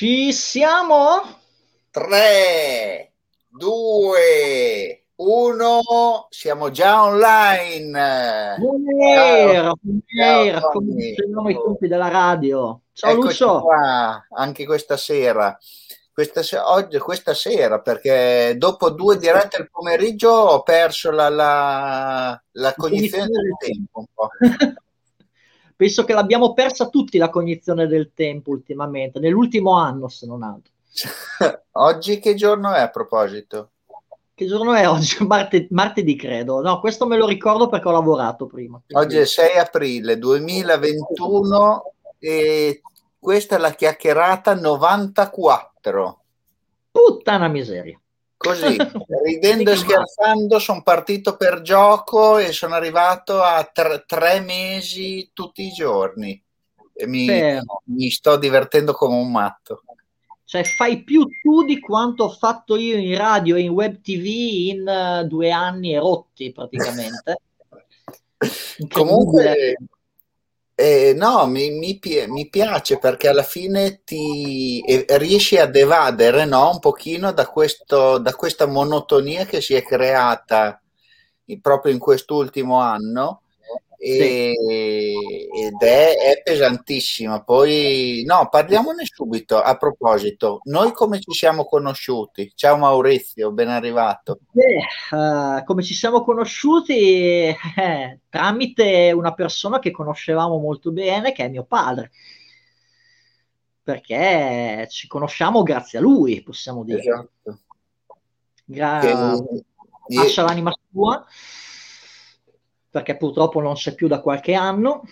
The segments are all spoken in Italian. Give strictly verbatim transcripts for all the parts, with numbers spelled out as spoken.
Ci siamo? tre, due, uno, siamo già online. Ciao, Buonasera, ciao buonasera, come Tommy. dicevamo ai tempi della radio. Ciao Eccoci Lucio. qua, anche questa sera. Questa, se- oggi, questa sera, perché dopo due dirette al pomeriggio ho perso la, la, la La cognizione cognizione del del tempo un po'. tempo. Penso che l'abbiamo persa tutti la cognizione del tempo ultimamente, nell'ultimo anno se non altro. Oggi che giorno è a proposito? Che giorno è oggi? Marte- martedì credo. No, questo me lo ricordo perché ho lavorato prima. Oggi è il Quindi... sei aprile duemilaventuno e questa è la chiacchierata novantaquattro. Puttana miseria. Così, ridendo e Mica male. scherzando, sono partito per gioco e sono arrivato a tre, tre mesi tutti i giorni e mi, Però. mi sto divertendo come un matto. Cioè, fai più tu di quanto ho fatto io in radio e in web T V in eh, due anni e rotti praticamente. Incredibile. Comunque, eh, no, mi, mi pi- mi piace perché alla fine ti eh, riesci ad evadere, no, un pochino da questo, da questa monotonia che si è creata in- proprio in quest'ultimo anno Sì. e- ed è, è pesantissima. Poi, no, parliamone subito. A proposito, noi come ci siamo conosciuti? Ciao Maurizio, ben arrivato. Beh, eh, come ci siamo conosciuti? Eh, tramite una persona che conoscevamo molto bene, che è mio padre, perché ci conosciamo grazie a lui, possiamo dire. Esatto. Che, Gra- Lascia l'anima sua, perché purtroppo non c'è più da qualche anno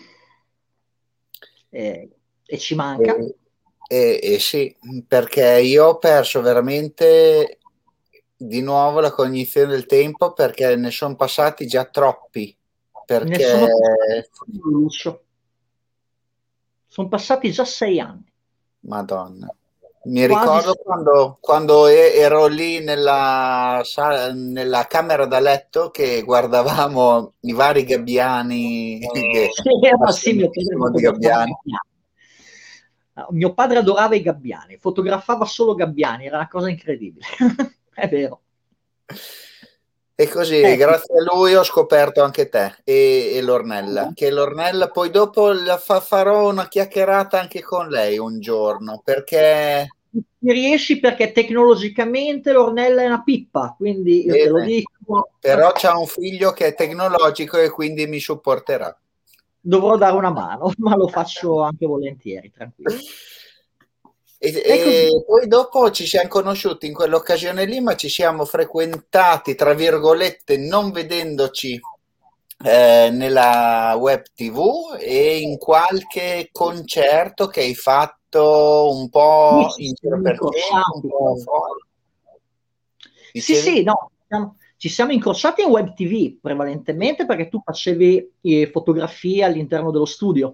e, e ci manca. E, e- e sì, perché io ho perso veramente di nuovo la cognizione del tempo perché ne sono passati già troppi. Ne Perché, sono passati, Lucio. Sono passati già sei anni, Madonna, mi quasi ricordo sei. quando, quando e- ero lì nella, sa- nella camera da letto che guardavamo i vari gabbiani, che Sì, ma sì, mio padre appassionatissimo di fotografava i gabbiani. gabbiani. Ah, mio padre adorava i gabbiani, fotografava solo gabbiani, era una cosa incredibile. È vero. E così, Eh sì. grazie a lui ho scoperto anche te e, e l'Ornella, che l'Ornella poi dopo la fa- farò una chiacchierata anche con lei un giorno, perché Ci riesci perché tecnologicamente l'Ornella è una pippa, quindi io te lo bene, dico, però c'ha un figlio che è tecnologico e quindi mi supporterà. dovrò dare una mano, ma lo faccio anche volentieri, tranquillo. E, È così. e poi dopo ci siamo conosciuti in quell'occasione lì, ma ci siamo frequentati, tra virgolette, non vedendoci eh, nella web T V e in qualche concerto che hai fatto un Sì, po' ci in giro siamo per centro, un incrociati. po' fuori. Sì, Dicevi? sì, no, siamo- ci siamo incrociati in web T V prevalentemente perché tu facevi eh, fotografie all'interno dello studio.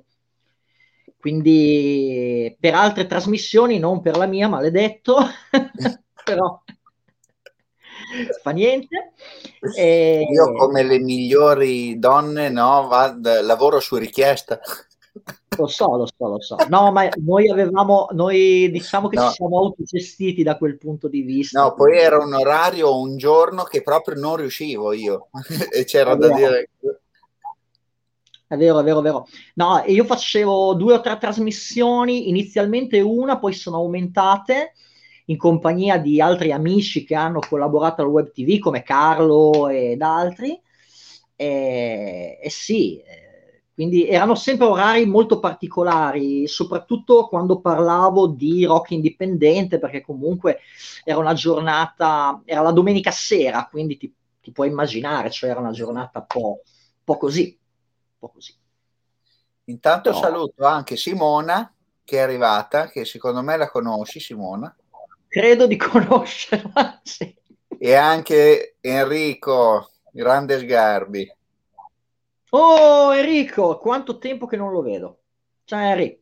Quindi per altre trasmissioni, non per la mia, maledetto, però fa niente. Io E come le migliori donne, no, vado- lavoro su richiesta. lo so, lo so, lo so. No, ma noi avevamo, noi diciamo che ci No, siamo autogestiti da quel punto di vista, no, poi quindi era un orario, un giorno che proprio non riuscivo io e è c'era da vero. dire. È vero, è vero, è vero. No, io facevo due o tre trasmissioni, inizialmente una, poi sono aumentate in compagnia di altri amici che hanno collaborato al web T V, come Carlo ed altri. E, e sì, eh, quindi erano sempre orari molto particolari, soprattutto quando parlavo di rock indipendente, perché comunque era una giornata, era la domenica sera, quindi ti, ti puoi immaginare, cioè era una giornata un po', un po' così, un po' così. Intanto Però saluto anche Simona che è arrivata, che secondo me la conosci, Simona, credo di conoscerla, sì. e anche Enrico, grande Sgarbi. Oh, Enrico, quanto tempo che non lo vedo. Ciao, Enrico.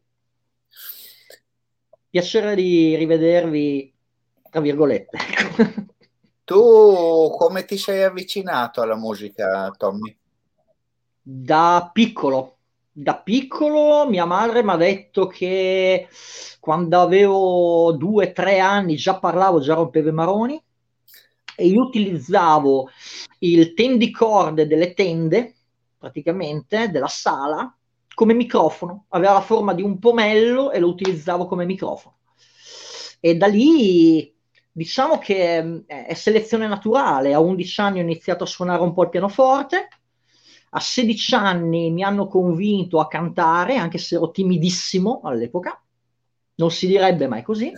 Piacere di rivedervi, tra virgolette. Tu come ti sei avvicinato alla musica, Tommy? Da piccolo, Da piccolo mia madre mi ha detto che quando avevo due o tre anni già parlavo, già rompevo i maroni, e io utilizzavo il tendicorde delle tende, praticamente, della sala, come microfono. Aveva la forma di un pomello e lo utilizzavo come microfono. E da lì diciamo che è selezione naturale. A undici anni ho iniziato a suonare un po' il pianoforte, a sedici anni mi hanno convinto a cantare, anche se ero timidissimo all'epoca, non si direbbe mai così.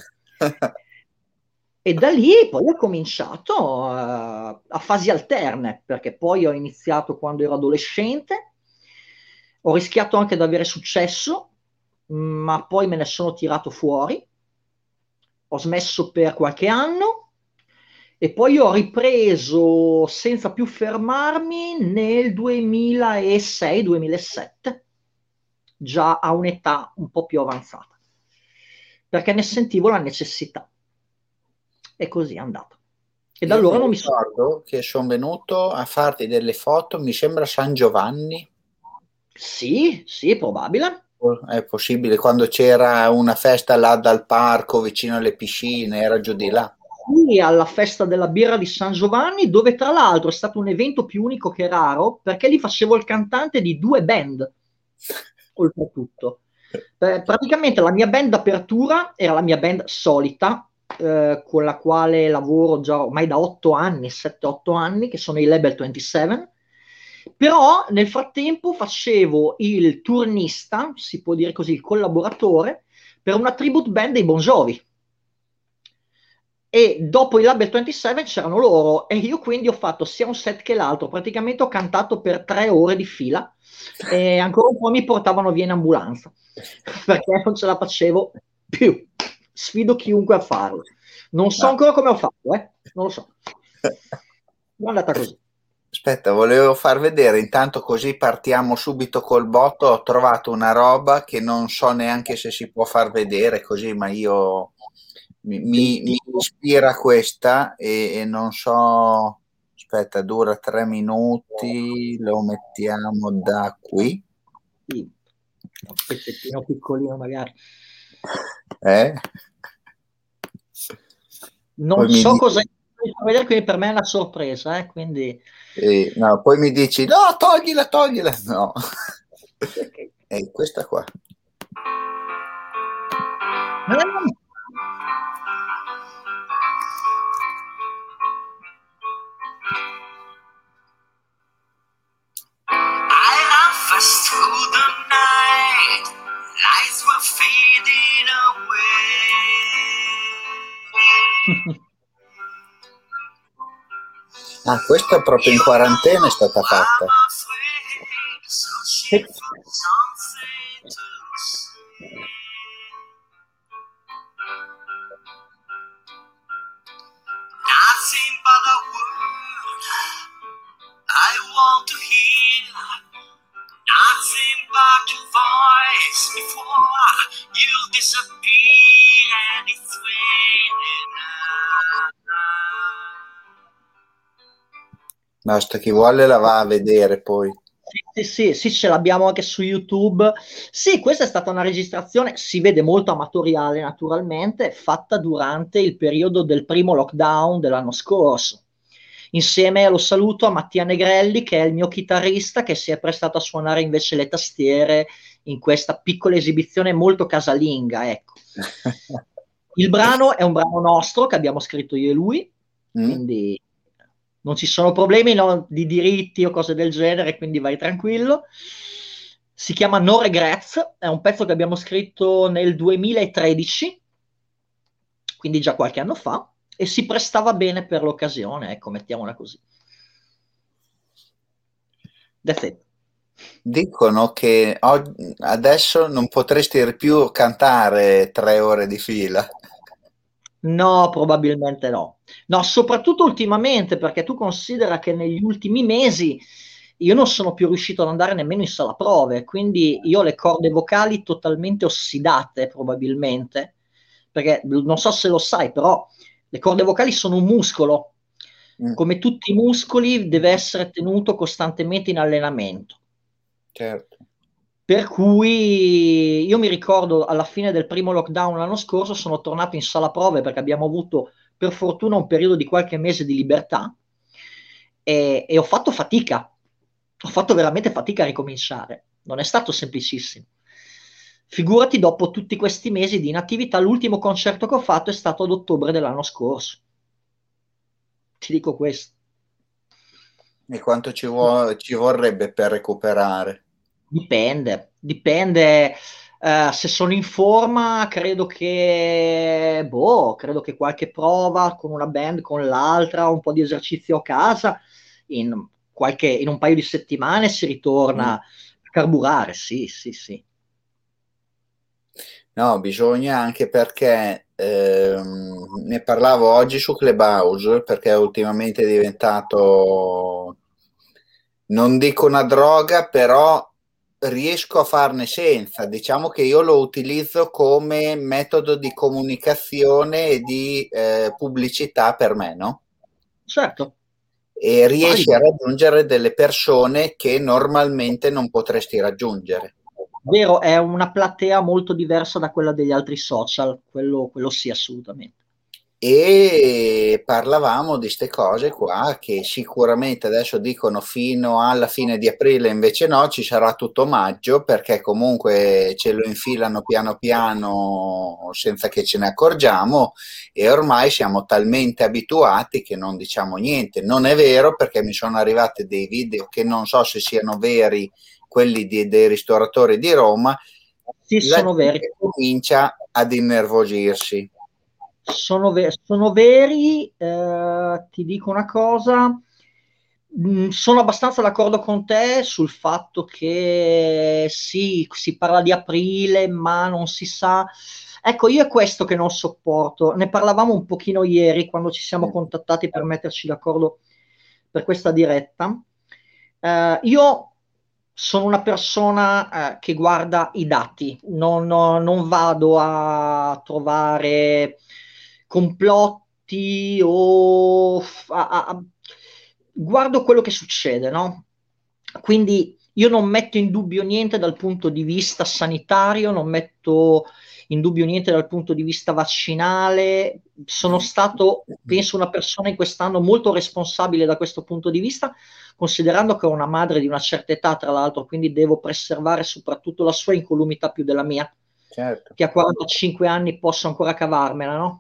E da lì poi ho cominciato uh, a fasi alterne, perché poi ho iniziato quando ero adolescente, ho rischiato anche di avere successo, ma poi me ne sono tirato fuori, ho smesso per qualche anno e poi ho ripreso senza più fermarmi nel duemilasei duemilasette, già a un'età un po' più avanzata, perché ne sentivo la necessità. E così è andato. E da Io mi allora non mi sono... ricordo che sono venuto a farti delle foto, mi sembra San Giovanni. Sì, sì, è probabile. È possibile, quando c'era una festa là dal parco vicino alle piscine, era giù di là. Sì, alla festa della birra di San Giovanni, dove tra l'altro è stato un evento più unico che raro, perché lì facevo il cantante di due band, oltretutto. Eh, praticamente la mia band d'apertura era la mia band solita, eh, con la quale lavoro già ormai da otto anni, sette otto anni, che sono i Label ventisette. Però nel frattempo facevo il turnista, si può dire così, il collaboratore, per una tribute band dei Bon Jovi. E dopo i Label ventisette c'erano loro e io quindi ho fatto sia un set che l'altro, praticamente ho cantato per tre ore di fila e ancora un po' mi portavano via in ambulanza perché non ce la facevo più. Sfido chiunque a farlo. Non so No. ancora come ho fatto, eh? Non lo so. Non è andata così. Aspetta, volevo far vedere, intanto così partiamo subito col botto. Ho trovato una roba che non so neanche se si può far vedere così, ma io mi, Del mi- mi tipo... ispira questa e, e non so. Aspetta, dura tre minuti, lo mettiamo da qui. Sì, un pezzettino piccolino magari. Eh? Non Poi mi so dici, cosa vedere, quindi per me è una sorpresa, eh? Quindi... eh, no, poi mi dici, no, toglila, toglila. No. Perché? È questa qua. I ran fast through the night, lights were fading away. Ah, questa proprio in quarantena è stata fatta. Sì. Nothing but a word I want to hear, nothing but your voice before you disappear, and it's raining now. Basta, chi vuole la va a vedere poi. Sì, sì, sì, ce l'abbiamo anche su YouTube. Sì, questa è stata una registrazione, si vede molto amatoriale naturalmente, fatta durante il periodo del primo lockdown dell'anno scorso. Insieme, lo saluto, a Mattia Negrelli, che è il mio chitarrista, che si è prestato a suonare invece le tastiere in questa piccola esibizione molto casalinga, ecco. Il brano è un brano nostro che abbiamo scritto io e lui, Mm? quindi non ci sono problemi, no, di diritti o cose del genere, quindi vai tranquillo. Si chiama No Regrets, è un pezzo che abbiamo scritto nel duemilatredici, quindi già qualche anno fa, e si prestava bene per l'occasione, ecco, mettiamola così. That's it. Dicono che og- adesso non potresti più cantare tre ore di fila. No, probabilmente no. No, soprattutto ultimamente, perché tu considera che negli ultimi mesi io non sono più riuscito ad andare nemmeno in sala prove, quindi io ho le corde vocali totalmente ossidate, probabilmente, perché non so se lo sai, però le corde vocali sono un muscolo. Mm, Come tutti i muscoli, deve essere tenuto costantemente in allenamento. certo. Per cui io mi ricordo alla fine del primo lockdown l'anno scorso sono tornato in sala prove perché abbiamo avuto per fortuna un periodo di qualche mese di libertà e, e ho fatto fatica, ho fatto veramente fatica a ricominciare, non è stato semplicissimo. Figurati dopo tutti questi mesi di inattività, l'ultimo concerto che ho fatto è stato ad ottobre dell'anno scorso. Ti dico questo. E quanto ci, vuo- ci vorrebbe per recuperare? Dipende, dipende. Eh, se sono in forma, credo che, boh, credo che qualche prova con una band, con l'altra, un po' di esercizio a casa, in, qualche, in un paio di settimane si ritorna Mm. a carburare, sì, sì, sì. No, bisogna anche perché ehm, ne parlavo oggi su Clubhouse perché ultimamente è diventato, non dico una droga, però riesco a farne senza. Diciamo che io lo utilizzo come metodo di comunicazione e di eh, pubblicità per me, no? Certo, E riesci a valido. raggiungere delle persone che normalmente non potresti raggiungere. Vero, è una platea molto diversa da quella degli altri social, quello, quello sì, assolutamente. E parlavamo di queste cose qua che sicuramente adesso dicono fino alla fine di aprile, invece no, ci sarà tutto maggio perché comunque ce lo infilano piano piano senza che ce ne accorgiamo e ormai siamo talmente abituati che non diciamo niente. Non è vero perché mi sono arrivati dei video che non so se siano veri, quelli di- dei ristoratori di Roma, Sì, la sono veri. gente comincia ad innervosirsi. Sono, ve- sono veri, eh, ti dico una cosa, mh, sono abbastanza d'accordo con te sul fatto che sì, si parla di aprile, ma non si sa. Ecco, io è questo che non sopporto. Ne parlavamo un pochino ieri quando ci siamo contattati per metterci d'accordo per questa diretta. Eh, io sono una persona, eh, che guarda i dati, non, non vado a trovare complotti o a- a- a- guardo quello che succede, no? Quindi io non metto in dubbio niente dal punto di vista sanitario, non metto in dubbio niente dal punto di vista vaccinale. Sono stato, penso, una persona in quest'anno molto responsabile da questo punto di vista, considerando che ho una madre di una certa età, tra l'altro, quindi devo preservare soprattutto la sua incolumità più della mia, Certo. che a quarantacinque anni posso ancora cavarmela, no?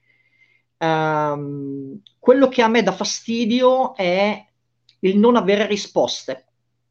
Ehm, quello che a me dà fastidio è il non avere risposte,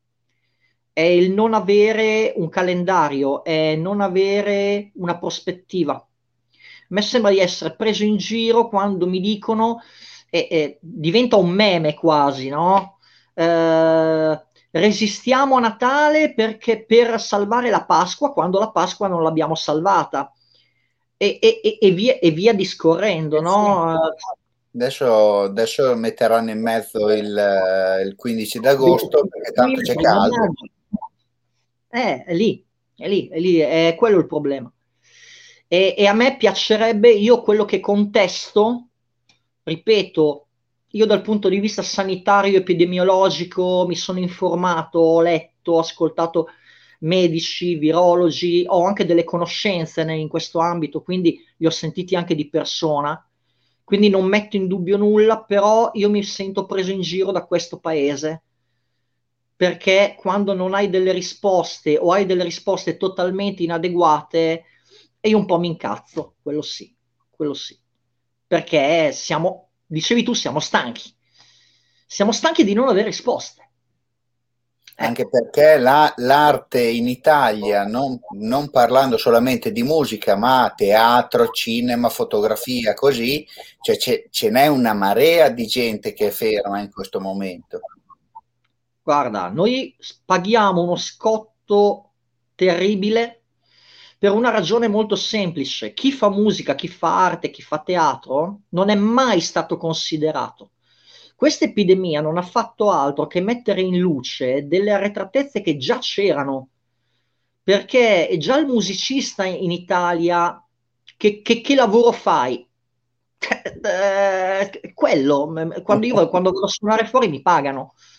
è il non avere un calendario, è non avere una prospettiva. A me sembra di essere preso in giro quando mi dicono, e, e diventa un meme quasi, no? Eh, resistiamo a Natale perché per salvare la Pasqua, quando la Pasqua non l'abbiamo salvata. E, e- e- e via, e via discorrendo, Sì, sì. no? Adesso, adesso metteranno in mezzo il, eh, il quindici d'agosto perché tanto Il c'è primo caldo. maggio. Eh, è lì, è lì, è lì, è quello il problema. E, e a me piacerebbe, io quello che contesto, ripeto, io dal punto di vista sanitario, epidemiologico, mi sono informato, ho letto, ho ascoltato medici, virologi, ho anche delle conoscenze ne- in questo ambito, quindi li ho sentiti anche di persona, quindi non metto in dubbio nulla, però io mi sento preso in giro da questo paese perché quando non hai delle risposte o hai delle risposte totalmente inadeguate, e io un po' mi incazzo, quello sì, quello sì, perché siamo, dicevi tu, siamo stanchi, siamo stanchi di non avere risposte. Anche Ecco, perché la- l'arte in Italia, non, non parlando solamente di musica, ma teatro, cinema, fotografia, così, cioè c'è- ce n'è una marea di gente che è ferma in questo momento. guarda, noi paghiamo uno scotto terribile per una ragione molto semplice. Chi fa musica, chi fa arte, chi fa teatro non è mai stato considerato. Questa epidemia non ha fatto altro che mettere in luce delle arretratezze che già c'erano, perché già il musicista in Italia, che, che- che lavoro fai? Eh, quello, quando io quando vado a suonare fuori mi pagano.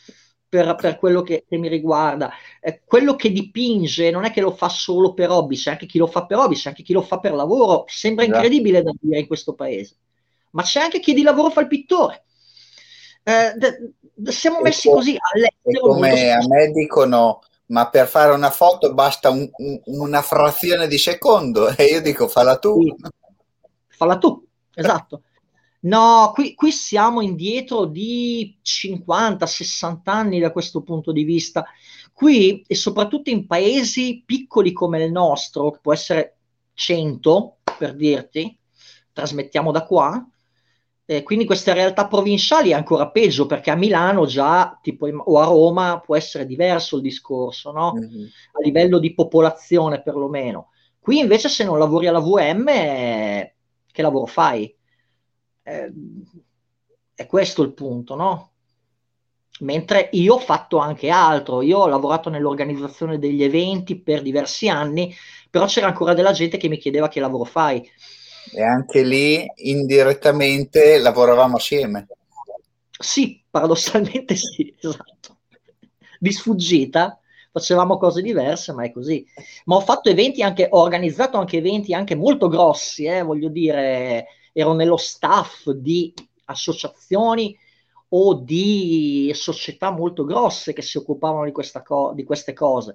per, per quello che, che mi riguarda. Eh, quello che dipinge non è che lo fa solo per hobby, c'è anche chi lo fa per hobby, c'è anche chi lo fa per lavoro. Sembra Esatto. incredibile da dire in questo paese, ma c'è anche chi di lavoro fa il pittore. Eh, d- d- siamo E, messi co- così e all'estero molto come a spesso. me dicono, ma per fare una foto basta un- un- una frazione di secondo, e io dico, falla tu. Sì, falla tu, esatto. No, qui, qui siamo indietro di cinquanta sessanta anni da questo punto di vista. Qui, e soprattutto in paesi piccoli come il nostro, che può essere cento, per dirti, trasmettiamo da qua, eh, quindi queste realtà provinciali è ancora peggio, perché a Milano già, tipo, in- o a Roma, può essere diverso il discorso, no? Mhm. A livello di popolazione, perlomeno. Qui invece se non lavori alla V M, eh, che lavoro fai? Eh, è questo il punto, no? Mentre io ho fatto anche altro, io ho lavorato nell'organizzazione degli eventi per diversi anni, però c'era ancora della gente che mi chiedeva che lavoro fai. E anche lì indirettamente lavoravamo assieme. Sì, paradossalmente sì, esatto. Di sfuggita, facevamo cose diverse, ma è così. Ma ho fatto eventi anche, ho organizzato anche eventi anche molto grossi, eh, voglio dire, ero nello staff di associazioni o di società molto grosse che si occupavano di, questa co- di queste cose.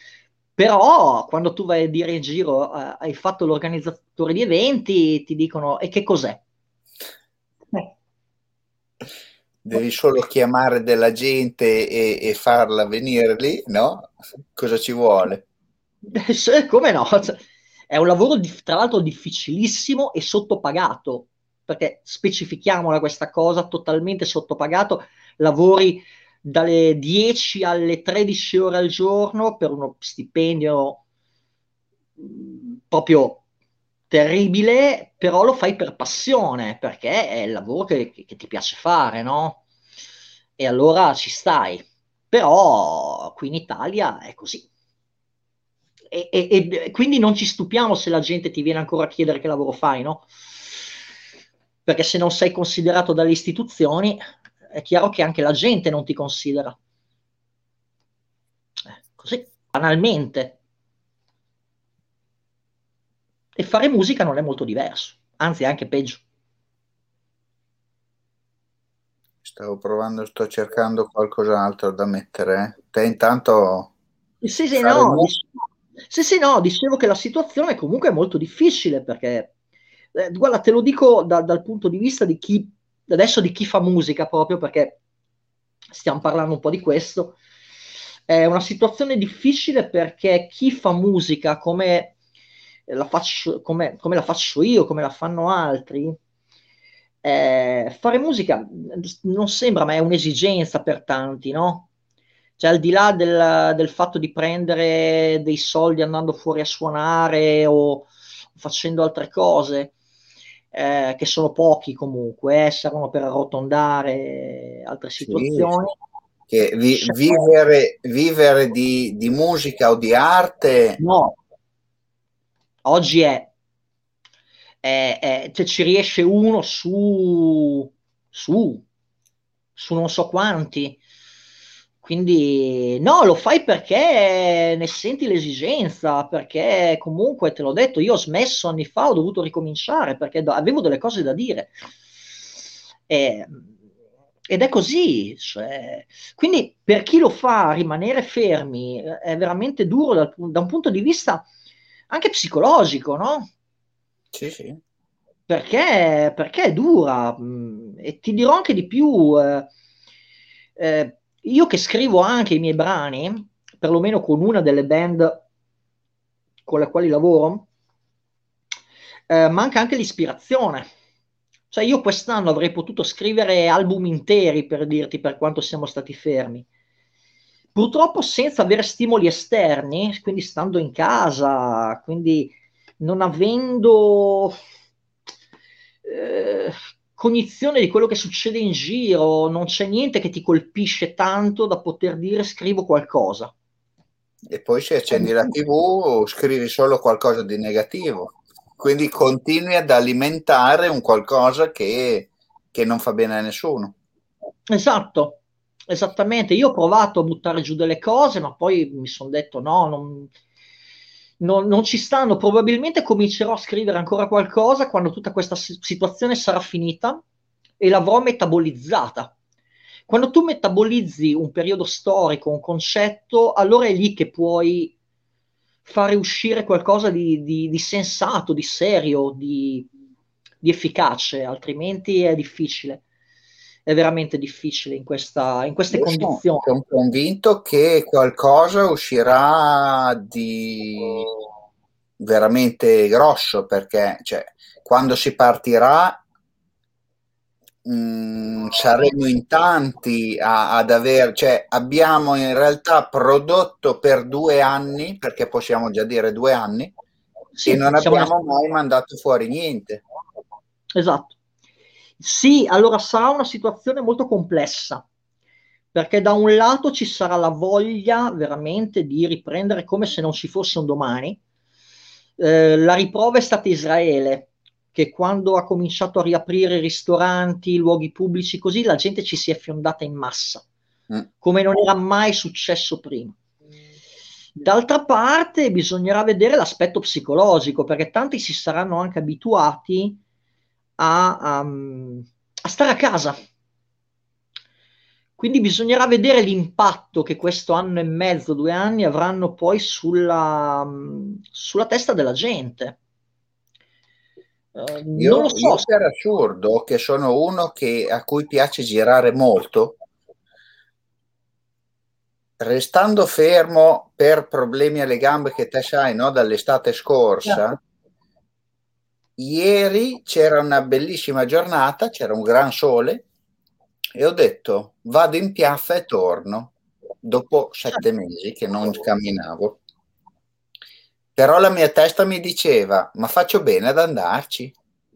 Però quando tu vai a dire in giro, eh, hai fatto l'organizzatore di eventi, ti dicono, e che cos'è? Eh. Devi solo chiamare della gente e, e farla venire lì, no? Cosa ci vuole? Eh, sì, come no? Cioè, è un lavoro di- tra l'altro difficilissimo e sottopagato, perché specifichiamola questa cosa, totalmente sottopagato, lavori dalle dieci alle tredici ore al giorno per uno stipendio mh, proprio terribile, però lo fai per passione, perché è il lavoro che, che- che ti piace fare, no? E allora ci stai. Però qui in Italia è così. E, e- e quindi non ci stupiamo se la gente ti viene ancora a chiedere che lavoro fai, no? Perché se non sei considerato dalle istituzioni, è chiaro che anche la gente non ti considera. Eh, così, banalmente. E fare musica non è molto diverso, anzi è anche peggio. Stavo provando, sto cercando qualcos'altro da mettere. eh. Te intanto Sì, sì, fare no, mu- dicevo, sì, sì, no, dicevo che la situazione comunque è molto difficile perché, eh, guarda, te lo dico da- dal punto di vista di chi, adesso di chi fa musica proprio perché stiamo parlando un po' di questo. È una situazione difficile perché chi fa musica come la faccio, come, come la faccio io, come la fanno altri, eh, fare musica non sembra, ma è un'esigenza per tanti, no? Cioè, al di là del, del fatto di prendere dei soldi andando fuori a suonare o facendo altre cose, eh, che sono pochi comunque, eh, servono per arrotondare altre sì, situazioni. che vi- C'è- vivere, vivere di, di musica o di arte, No, oggi è, è- è- cioè, ci riesce uno su, su, su non so quanti. Quindi no, lo fai perché ne senti l'esigenza, perché comunque te l'ho detto, io ho smesso anni fa, ho dovuto ricominciare perché do- avevo delle cose da dire. E- ed è così, cioè. Quindi per chi lo fa rimanere fermi eh, è veramente duro dal pu- da un punto di vista anche psicologico, no? sì, sì, Perché, perché è dura. mh, E ti dirò anche di più. eh, eh, io che scrivo anche i miei brani, perlomeno con una delle band con le quali lavoro, eh, manca anche l'ispirazione. Cioè io quest'anno avrei potuto scrivere album interi per dirti per quanto siamo stati fermi. Purtroppo senza avere stimoli esterni, quindi stando in casa, quindi non avendo eh, cognizione di quello che succede in giro, non c'è niente che ti colpisce tanto da poter dire scrivo qualcosa. e poi se È accendi la difficile. T V scrivi solo qualcosa di negativo, quindi continui ad alimentare un qualcosa che, che non fa bene a nessuno. Esatto, esattamente, io ho provato a buttare giù delle cose, ma poi mi sono detto no, non, non- non ci stanno. Probabilmente comincerò a scrivere ancora qualcosa quando tutta questa si- situazione sarà finita e l'avrò metabolizzata. Quando tu metabolizzi un periodo storico, un concetto, allora è lì che puoi fare uscire qualcosa di, di- di sensato, di serio, di, di efficace, altrimenti è difficile. È veramente difficile in questa- in queste Io sono, condizioni. sono convinto che qualcosa uscirà di veramente grosso, perché cioè, quando si partirà mh, saremo in tanti a- ad aver, cioè abbiamo in realtà prodotto per due anni, perché possiamo già dire due anni, e Sì, non siamo nel... abbiamo mai mandato fuori niente. Esatto. Sì, allora sarà una situazione molto complessa, perché da un lato ci sarà la voglia veramente di riprendere come se non ci fosse un domani. Eh, la riprova è stata Israele, che quando ha cominciato a riaprire i ristoranti, i luoghi pubblici, così la gente ci si è fiondata in massa, Mm. come non era mai successo prima. D'altra parte bisognerà vedere l'aspetto psicologico, perché tanti si saranno anche abituati a, a- a stare a casa. Quindi bisognerà vedere l'impatto che questo anno e mezzo, due anni avranno poi sulla, sulla testa della gente. Eh, non lo Io, so. io per assurdo, che sono uno che, a cui piace girare molto, restando fermo per problemi alle gambe che te sai, no, dall'estate scorsa, ieri c'era una bellissima giornata, c'era un gran sole e ho detto vado in piazza e torno dopo sette mesi che non camminavo. Però la mia testa mi diceva, ma faccio bene ad andarci.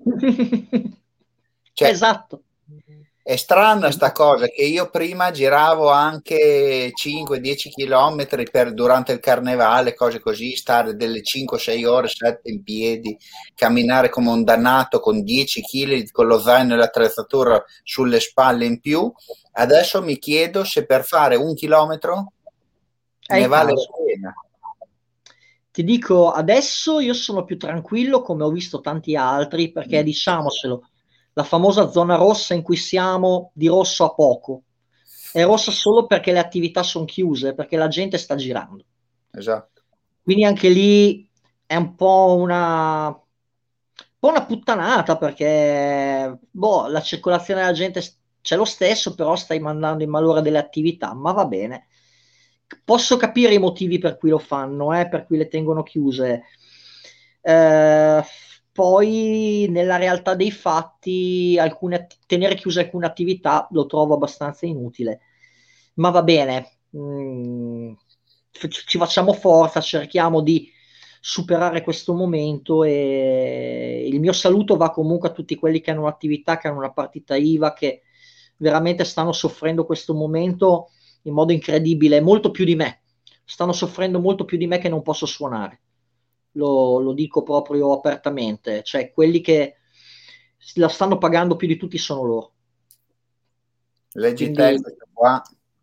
Cioè, Esatto. è strana sta Esatto. cosa che io prima giravo anche cinque dieci km per, durante il carnevale, cose così, stare delle cinque sei ore, sette in piedi, camminare come un dannato con dieci chili con lo zaino e l'attrezzatura sulle spalle in più. Adesso mi chiedo se per fare un chilometro È ne il vale la caso. pena. Ti dico, adesso io sono più tranquillo, come ho visto tanti altri, perché Mm. diciamocelo, la famosa zona rossa in cui siamo di rosso a poco. È rossa solo perché le attività sono chiuse, perché la gente sta girando. Esatto. Quindi anche lì è un po' una, un po' una puttanata, perché boh, la circolazione della gente s- c'è lo stesso, però stai mandando in malora delle attività, ma va bene. Posso capire i motivi per cui lo fanno, eh, per cui le tengono chiuse. Eh, Poi nella realtà dei fatti, alcune att- tenere chiuse alcune attività lo trovo abbastanza inutile. Ma va bene, mm, f- ci facciamo forza, cerchiamo di superare questo momento e il mio saluto va comunque a tutti quelli che hanno un'attività, che hanno una partita I V A, che veramente stanno soffrendo questo momento in modo incredibile, molto più di me. Stanno soffrendo molto più di me che non posso suonare. Lo, lo dico proprio apertamente, cioè quelli che la stanno pagando più di tutti sono loro. Leggi te Quindi, questo qua,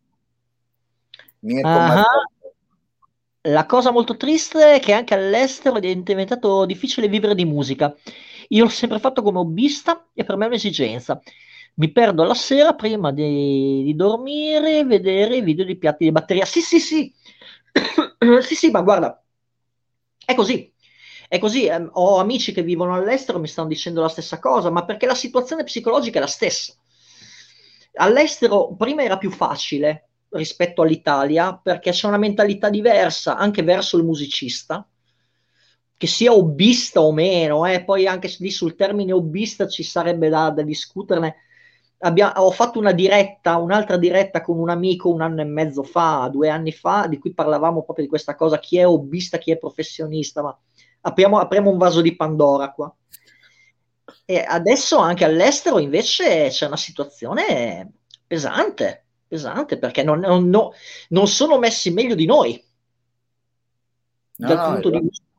Mirko aha. Mazzotto. La cosa molto triste è che anche all'estero è diventato difficile vivere di musica. Io l'ho sempre fatto come hobbista e per me è un'esigenza. Mi perdo la sera prima di, di dormire e vedere i video di piatti di batteria. Sì, sì, sì. Sì, sì, ma guarda, è così. È così. ehm, Ho amici che vivono all'estero, mi stanno dicendo la stessa cosa, ma perché la situazione psicologica è la stessa. All'estero prima era più facile rispetto all'Italia perché c'è una mentalità diversa anche verso il musicista, che sia hobbista o meno, eh, poi anche lì sul termine hobbista ci sarebbe da, da discuterne. Abbia- ho fatto una diretta, un'altra diretta con un amico un anno e mezzo fa, due anni fa, di cui parlavamo proprio di questa cosa, chi è hobbista, chi è professionista, ma apriamo, apriamo un vaso di Pandora qua. E adesso anche all'estero invece c'è una situazione pesante, pesante, perché non, non- no- non sono messi meglio di noi No, dal no, punto di esatto. vista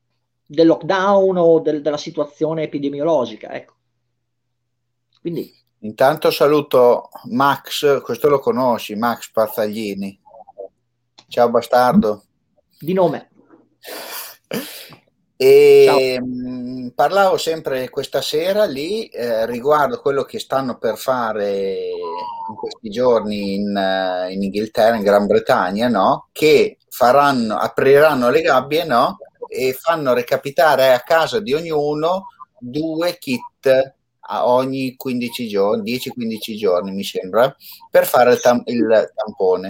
del lockdown o del- della situazione epidemiologica, ecco. Quindi. Intanto saluto Max, questo lo conosci, Max Pazzaglini. Ciao bastardo. Di nome. E mh, parlavo sempre questa sera lì eh, riguardo quello che stanno per fare in questi giorni in, eh, in Inghilterra, in Gran Bretagna, no? Che faranno, apriranno le gabbie, no? E fanno recapitare a casa di ognuno due kit a ogni quindici giorni, dieci quindici giorni mi sembra, per fare il, tam- il tampone.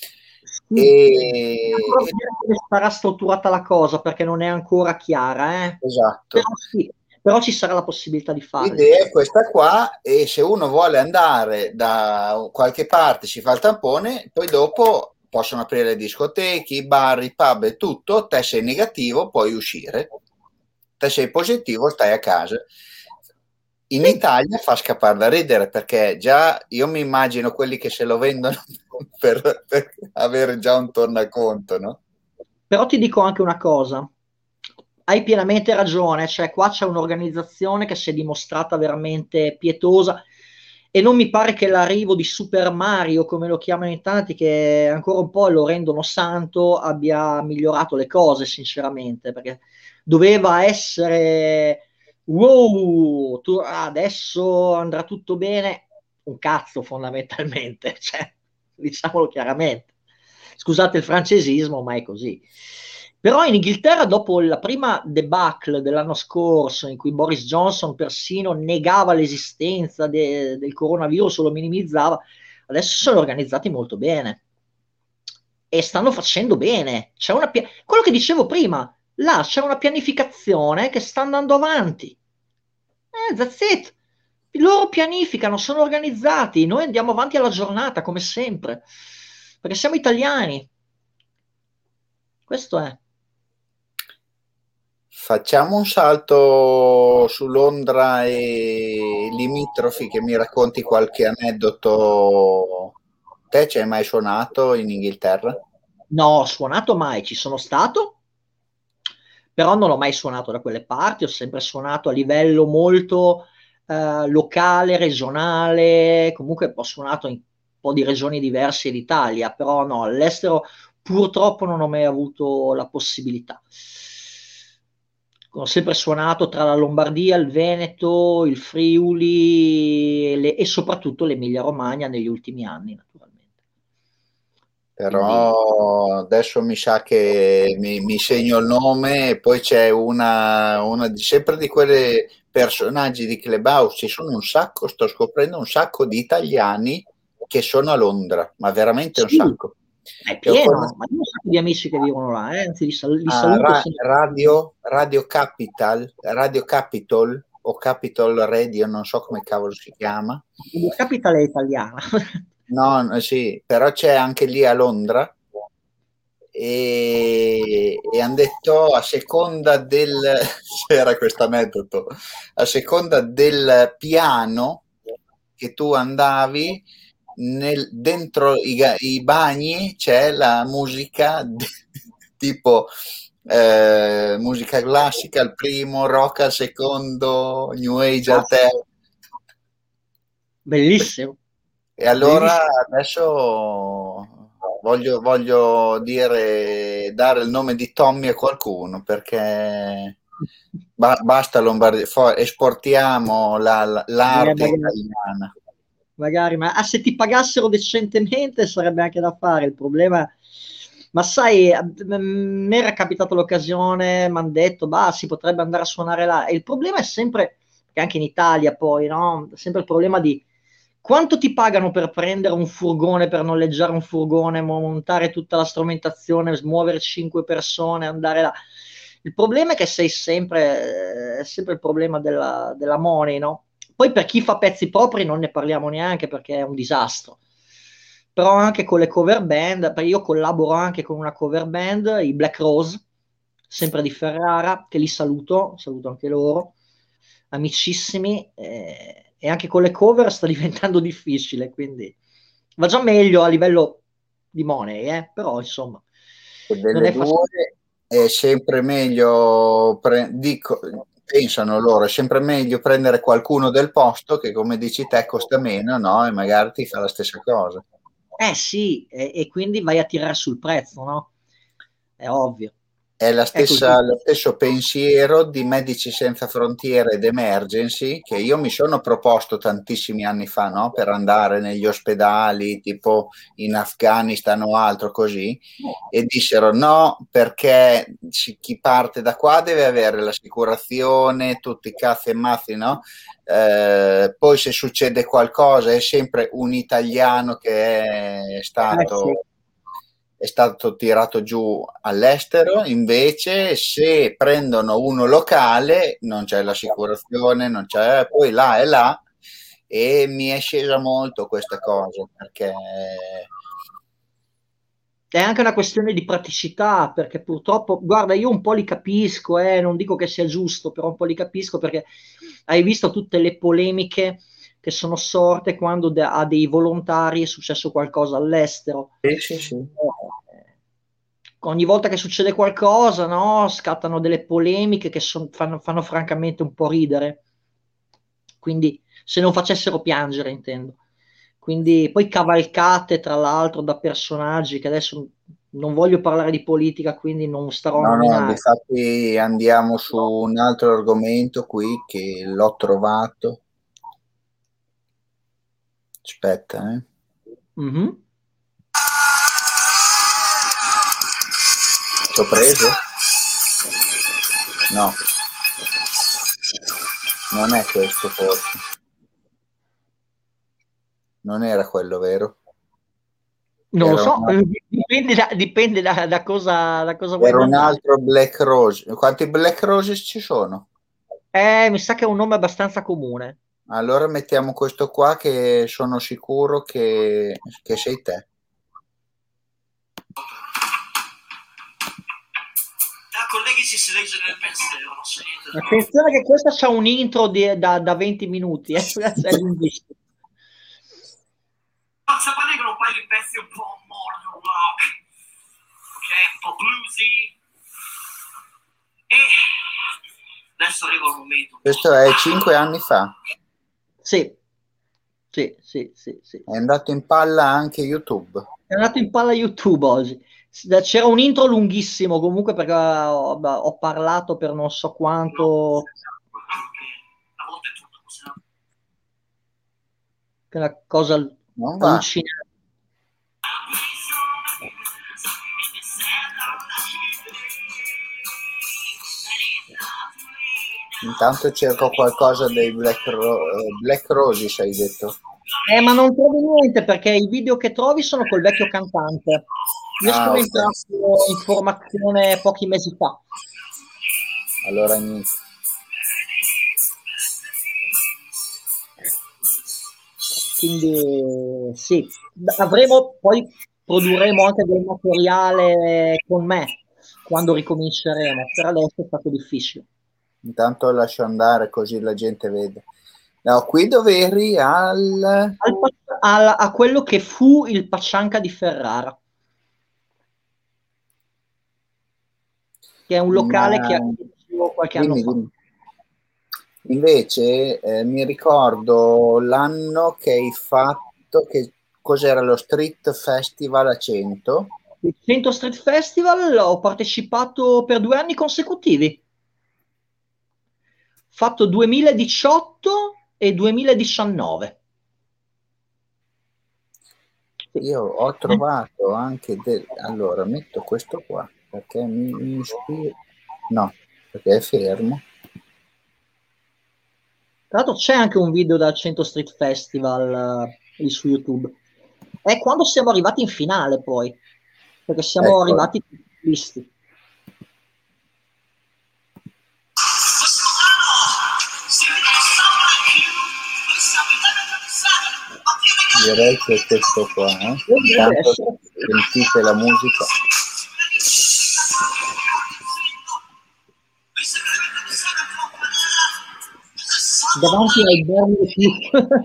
E, Ancora e vedere come sarà strutturata la cosa, perché non è ancora chiara, eh? esatto. Però sì, però ci sarà la possibilità di farlo. L'idea è questa qua, e se uno vuole andare da qualche parte si fa il tampone, poi dopo possono aprire le discoteche, i bar, i pub e tutto. Te sei negativo, puoi uscire. Te sei positivo, stai a casa. In Italia fa scappare da ridere, perché già io mi immagino quelli che se lo vendono per, per avere già un tornaconto, no? Però ti dico anche una cosa, hai pienamente ragione, cioè qua c'è un'organizzazione che si è dimostrata veramente pietosa e non mi pare che l'arrivo di Super Mario, come lo chiamano in tanti, che ancora un po' lo rendono santo, abbia migliorato le cose, sinceramente, perché doveva essere wow, tu- adesso andrà tutto bene, un cazzo fondamentalmente, cioè, diciamolo chiaramente. Scusate il francesismo, ma è così. Però in Inghilterra, dopo la prima debacle dell'anno scorso, in cui Boris Johnson persino negava l'esistenza de- del coronavirus o lo minimizzava, adesso sono organizzati molto bene e stanno facendo bene. C'è una pia- quello che dicevo prima, là c'è una pianificazione che sta andando avanti. Eh, that's it. Loro pianificano, sono organizzati, noi andiamo avanti alla giornata come sempre, perché siamo italiani. Questo è. Facciamo un salto su Londra e limitrofi, che mi racconti qualche aneddoto. Te ci hai mai suonato in Inghilterra? No, ho suonato mai, ci sono stato, però non ho mai suonato da quelle parti, ho sempre suonato a livello molto eh, locale, regionale, comunque ho suonato in un po' di regioni diverse d'Italia, però no, all'estero purtroppo non ho mai avuto la possibilità. Ho sempre suonato tra la Lombardia, il Veneto, il Friuli e, le- e soprattutto l'Emilia-Romagna negli ultimi anni, naturalmente. Quindi Però adesso mi sa che mi, mi segno il nome, e poi c'è una, una di, sempre di quei personaggi di Clubhouse. Ci sono un sacco, sto scoprendo un sacco di italiani che sono a Londra, ma veramente un sì, sacco. è E ho pieno, conosciuto ma io ho un sacco di amici che vivono là, eh, anzi li, sal- li a saluto Ra- sempre. Radio, Radio Capital, Radio Capitol o Capitol Radio, non so come cavolo si chiama. La capitale è italiana. No, no, sì, però c'è anche lì a Londra, e, e hanno detto a seconda del c'era questo aneddoto, a seconda del piano che tu andavi nel- dentro i, ga- i bagni c'è la musica di- tipo eh, musica classica al primo, rock al secondo, new age al terzo. Bellissimo, E allora bellissimo. adesso voglio, voglio dire, dare il nome di Tommy a qualcuno, perché ba- basta Lombardia, fo- esportiamo la- la- Eh, l'arte magari, italiana. magari, ma ah, se ti pagassero decentemente sarebbe anche da fare. Il problema, ma sai, a a me era capitato l'occasione, mi hanno detto, bah, si potrebbe andare a suonare là. E il problema è sempre, che anche in Italia poi, no? È sempre il problema di quanto ti pagano per prendere un furgone, per noleggiare un furgone, mo- montare tutta la strumentazione, smuovere cinque persone, andare là. Il problema è che sei sempre, eh, è sempre il problema della, della money, no? Poi per chi fa pezzi propri non ne parliamo neanche perché è un disastro. Però anche con le cover band, perché io collaboro anche con una cover band, i Black Rose, sempre di Ferrara, che li saluto, saluto anche loro, amicissimi, eh, e anche con le cover sta diventando difficile, quindi va già meglio a livello di money, eh? Però insomma non Delle è facile. due è sempre meglio, pre- dico, pensano loro, è sempre meglio prendere qualcuno del posto che, come dici te, costa meno, no? E magari ti fa la stessa cosa. Eh sì, e, e quindi vai a tirare sul prezzo, no? È ovvio. È la È così. stessa, lo stesso pensiero di Medici Senza Frontiere ed Emergency che io mi sono proposto tantissimi anni fa, no? Per andare negli ospedali, tipo in Afghanistan o altro così, e dissero no, perché chi parte da qua deve avere l'assicurazione, tutti i cazzi e mazzi, no? Eh, poi se succede qualcosa è sempre un italiano che è Eh sì. stato è stato tirato giù all'estero, invece se prendono uno locale non c'è l'assicurazione, non c'è, poi là e là, e mi è scesa molto questa cosa perché È anche una questione di praticità, perché purtroppo, guarda, io un po' li capisco, eh, non dico che sia giusto, però un po' li capisco perché hai visto tutte le polemiche che sono sorte quando de- a dei volontari è successo qualcosa all'estero. sì, sì, sì. Eh, Ogni volta che succede qualcosa, no, scattano delle polemiche che son- fanno, fanno francamente un po' ridere. Quindi, se non facessero piangere, intendo. Quindi, poi cavalcate, tra l'altro, da personaggi che adesso non voglio parlare di politica, quindi non starò a No, no, nominare. difatti andiamo su un altro argomento qui che l'ho trovato. Aspetta, eh. Mhm. Ci ho preso? No, non è questo forse. Non era quello, vero? Non lo Era so, un, dipende da, dipende da, da cosa, da cosa vuoi era un mandare. altro Black Rose. Quanti Black Roses ci sono? Eh, mi sa che è un nome abbastanza comune. Allora mettiamo questo qua che sono sicuro che, che sei te. Da colleghi si legge nel pensiero, non so niente di nuovo. Attenzione che questa c'ha un intro di- da, da venti minuti, eh, è lunghissimo. Faccia Negro, un paio di pezzi un po' modern rock, ok, un po' bluesy. E adesso arriva il momento. Questo è cinque anni fa. Sì, sì, sì, sì, sì, È sì. andato in palla anche YouTube. È andato in palla YouTube oggi. C'era un intro lunghissimo comunque perché ho, ho parlato per non so quanto, A volte è tutto così. che è una cosa Non va. allucinante. Intanto cerco qualcosa dei Black, Ro- eh, Black Roses, hai detto. Eh, ma non trovi niente perché i video che trovi sono col vecchio cantante. Io Ah, sono ok. entrato in formazione pochi mesi fa. Allora niente. Quindi sì, avremo, poi produrremo anche del materiale con me quando ricominceremo. Per adesso è stato difficile. Intanto lascio andare così la gente vede. No, qui dove eri al... Al pa- al- a quello che fu il Paccianca di Ferrara, che è un locale che Ma... ha chiuso qualche anno Dimmi, fa. dimmi. Invece eh, mi ricordo l'anno che hai fatto, che cos'era lo Street Festival a cento? Il cento Street Festival ho partecipato per due anni consecutivi. Fatto duemiladiciotto e duemiladiciannove. Sì. Io ho trovato anche del... Allora, metto questo qua, perché mi, mi ispira... No, perché è fermo. Tra l'altro c'è anche un video dal cento Street Festival eh, lì su YouTube. È quando siamo arrivati in finale poi, perché siamo Ecco, arrivati visti. direi che è questo qua. Eh? Dovrebbe Intanto essere sentite la musica. davanti ai Burger King.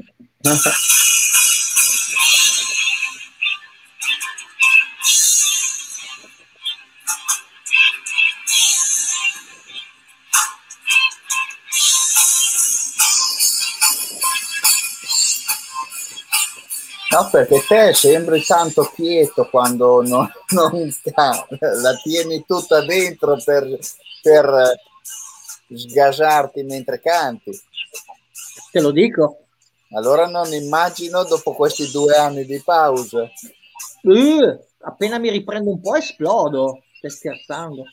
No, perché te sembri tanto quieto quando non, non ca- la tieni tutta dentro per, per sgasarti mentre canti. Te lo dico. Allora non immagino dopo questi due anni di pausa. Uh, appena mi riprendo un po' esplodo. Stai scherzando?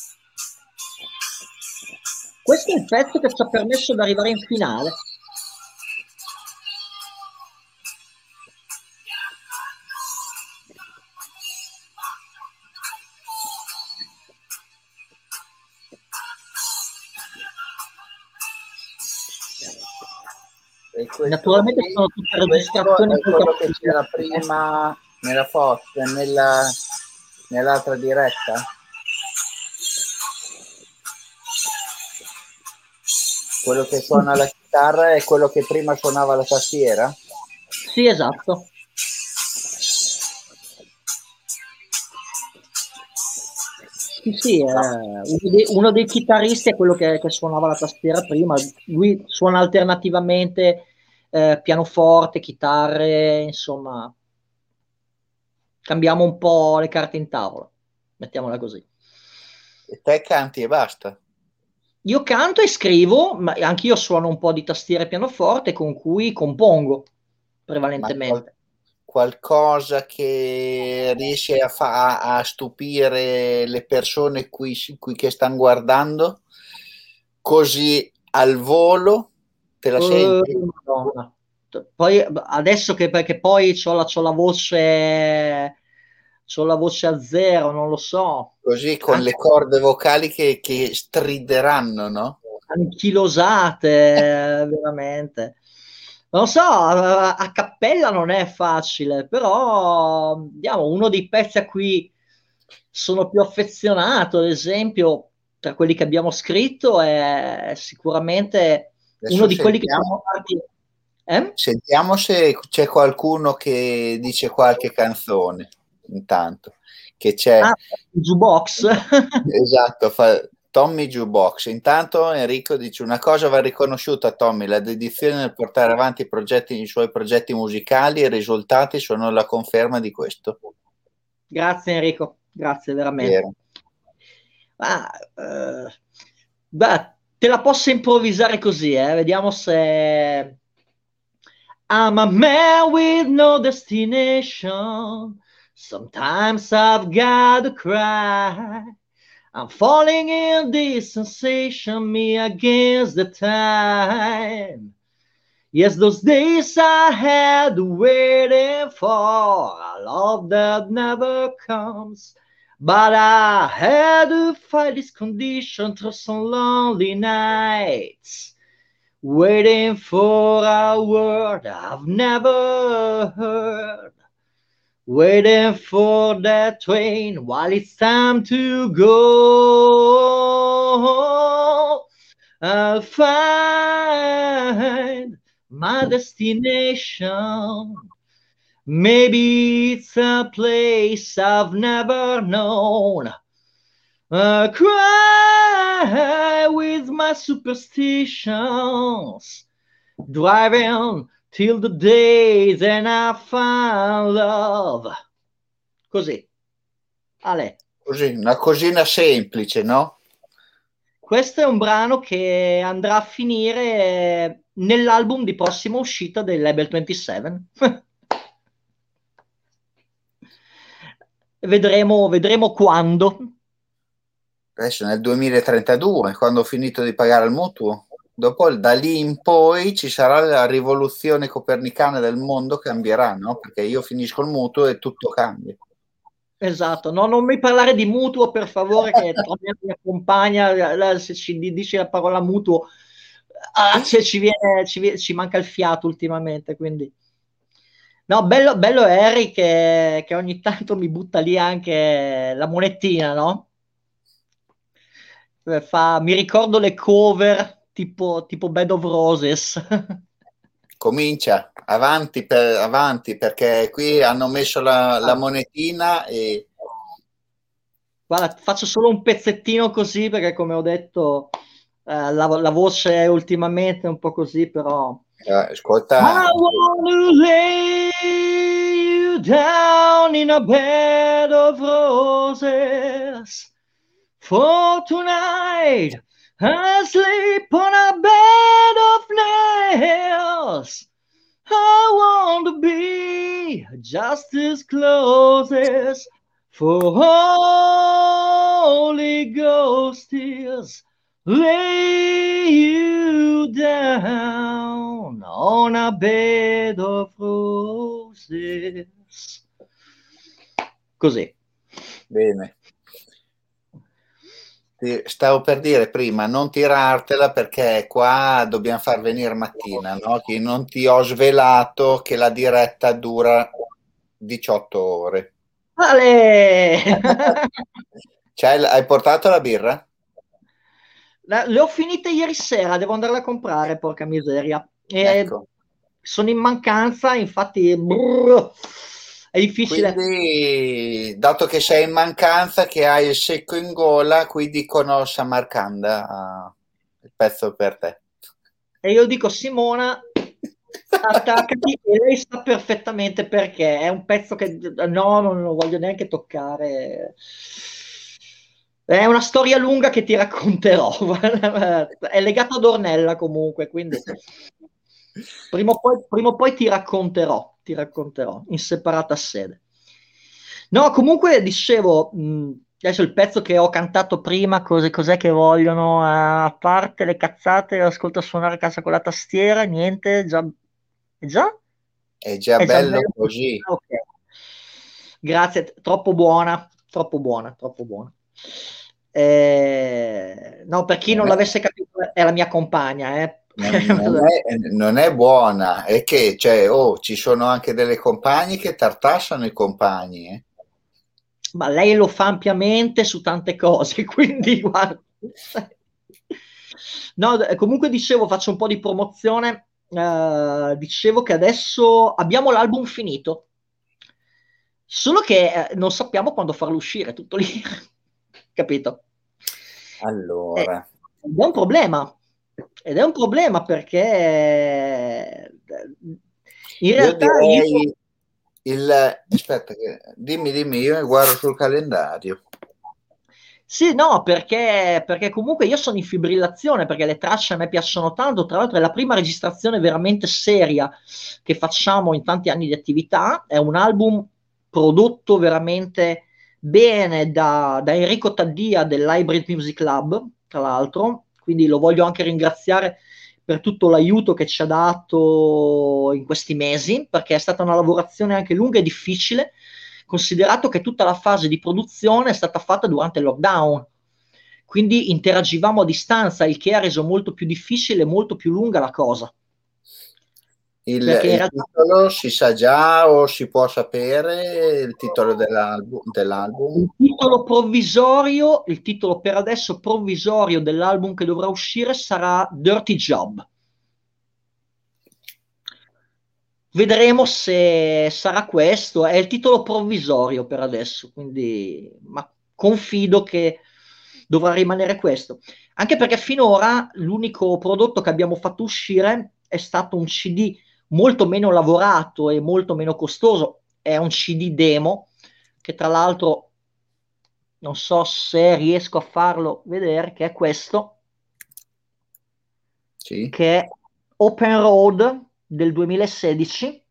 Questo è il pezzo che ci ha permesso di arrivare in finale. E questo Naturalmente qui, sono tutte questo registrazioni è molto quello che c'era artistiche, eh. prima nella foto, nella, nell'altra diretta. Quello che suona la chitarra è quello che prima suonava la tastiera? Sì, esatto. Sì, sì, eh, uno, dei, uno dei chitarristi è quello che, che suonava la tastiera prima. Lui suona alternativamente eh, pianoforte, chitarre, insomma, cambiamo un po' le carte in tavola, mettiamola così. E te canti e basta. Io canto e scrivo, ma anch'io suono un po' di tastiere e pianoforte con cui compongo Ma qual- prevalentemente. qualcosa che riesce a, fa- a stupire le persone qui, qui che stanno guardando, così al volo, te la Eh, senti? Madonna. Poi adesso che perché poi c'ho la, c'ho la voce, c'ho la voce a zero, non lo so. Così con Anche le corde vocali che, che strideranno, no? anchilosate, veramente. Non so, a, a cappella non è facile, però vediamo, uno dei pezzi a cui sono più affezionato, ad esempio, tra quelli che abbiamo scritto, è sicuramente uno Adesso di quelli che sentiamo, fanno parte. Eh? sentiamo se c'è qualcuno che dice qualche canzone, intanto, che c'è. Ah, Jukebox. Esatto, fa Tommy Jukebox. Intanto Enrico dice una cosa va riconosciuta a Tommy, la dedizione nel portare avanti i, progetti, i suoi progetti musicali e i risultati sono la conferma di questo. Grazie Enrico, grazie veramente. Vero. Ma, eh, beh, te la posso improvvisare così, eh? Vediamo se. I'm a man with no destination. Sometimes I've got to cry. I'm falling in this sensation, me against the time. Yes, those days I had waiting for a love that never comes. But I had to fight this condition through some lonely nights, waiting for a word I've never heard, waiting for that train while it's time to go. I'll find my destination. Maybe it's a place I've never known. I cry with my superstitions, driving till the day then I find love. Così. Ale. Così, una cosina semplice, no? Questo è un brano che andrà a finire nell'album di prossima uscita del Label ventisette. vedremo, vedremo quando. Adesso nel duemilatrentadue, quando ho finito di pagare il mutuo. Dopo, da lì in poi ci sarà la rivoluzione copernicana del mondo, cambierà, no? Perché io finisco il mutuo e tutto cambia. Esatto, no, non mi parlare di mutuo per favore, che Tonya mi accompagna, se ci dice la parola mutuo, ah, ci, ci viene, ci, vie- ci manca il fiato ultimamente, quindi. No, bello, bello è Harry che, che ogni tanto mi butta lì anche la monetina, no? Eh, Fa, mi ricordo le cover tipo, tipo Bed of Roses. Comincia, avanti, per, avanti, perché qui hanno messo la, la monetina e Guarda, faccio solo un pezzettino così perché, come ho detto, eh, la, la voce ultimamente è un po' così, però Eh, I ascolta, wanna lay you down in a bed of roses. For tonight, I sleep on a bed of nails. I want to be just as close as for Holy Ghost tears. Lay you down on a bed of roses. Così. bene. Ti- Stavo per dire prima, non tirartela perché qua dobbiamo far venire mattina, no? Che non ti ho svelato che la diretta dura diciotto ore. Vale! C'hai- hai portato la birra? La- Le ho finite ieri sera, devo andarle a comprare, porca miseria. E Ecco. sono in mancanza, infatti brrr, è difficile. Quindi, dato che sei in mancanza, che hai il secco in gola, qui dicono Samarcanda, ah, il pezzo per te. E io dico, Simona, attaccati, e lei sa perfettamente perché. È un pezzo che no, non lo voglio neanche toccare. È una storia lunga che ti racconterò. È legata ad Ornella comunque, quindi prima o poi, prima o poi ti racconterò, ti racconterò in separata sede. No, comunque dicevo, mh, adesso il pezzo che ho cantato prima, cose, cos'è che vogliono, a parte le cazzate, ascolta suonare a casa con la tastiera, niente, già, è già? È già È già bello bello così. così. Ah, ok. Grazie, troppo buona, troppo buona, troppo buona. Eh, no, per chi Non non è, l'avesse capito, è la mia compagna, eh. non- non è- non è buona, è che cioè, oh, ci sono anche delle compagne che tartassano i compagni. Eh. Ma lei lo fa ampiamente su tante cose, quindi guarda. No, d- comunque dicevo, faccio un po' di promozione. Eh, dicevo che adesso abbiamo l'album finito, solo che eh, non sappiamo quando farlo uscire, tutto lì, capito? Eh, Allora, ed è un problema, ed è un problema perché eh, in io realtà io. direi il... Aspetta, che- dimmi, dimmi, io guardo sul calendario. Sì, no, perché, perché comunque io sono in fibrillazione, perché le tracce a me piacciono tanto, tra l'altro è la prima registrazione veramente seria che facciamo in tanti anni di attività, è un album prodotto veramente bene da, da Enrico Taddia dell'Hybrid Music Lab, tra l'altro, quindi lo voglio anche ringraziare per tutto l'aiuto che ci ha dato in questi mesi, perché è stata una lavorazione anche lunga e difficile, considerato che tutta la fase di produzione è stata fatta durante il lockdown, quindi interagivamo a distanza, il che ha reso molto più difficile e molto più lunga la cosa. Il, Perché in il realtà titolo si sa già o si può sapere il titolo dell'album? dell'album? il titolo provvisorio, il titolo per adesso provvisorio dell'album che dovrà uscire sarà Dirty Job. Vedremo se sarà questo, è il titolo provvisorio per adesso, quindi ma confido che dovrà rimanere questo. Anche perché finora l'unico prodotto che abbiamo fatto uscire è stato un C D molto meno lavorato e molto meno costoso. È un C D demo che tra l'altro non so se riesco a farlo vedere, che è questo, Sì. che è Open Road del duemilasedici,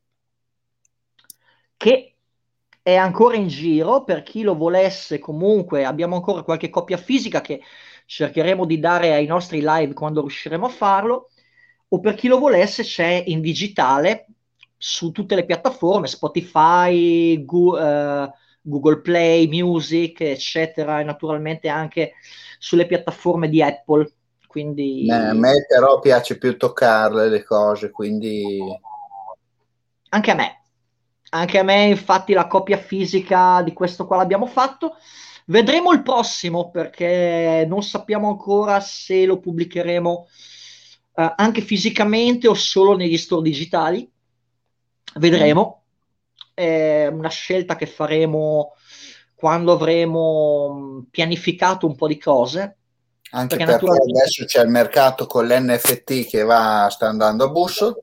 che è ancora in giro per chi lo volesse. Comunque abbiamo ancora qualche copia fisica che cercheremo di dare ai nostri live quando riusciremo a farlo, o per chi lo volesse c'è in digitale su tutte le piattaforme, Spotify, Gu- eh, Google Play, Music, eccetera, e naturalmente anche sulle piattaforme di Apple. Me- A Quindi me però piace più toccarle le cose, quindi anche a me, anche a me, infatti, la copia fisica di questo qua l'abbiamo fatto. Vedremo il prossimo perché non sappiamo ancora se lo pubblicheremo eh, anche fisicamente o solo negli store digitali. mm, Vedremo. È una scelta che faremo quando avremo mh, pianificato un po' di cose. Anche perché perché naturalmente adesso c'è il mercato con l'N F T che va, sta andando a busso.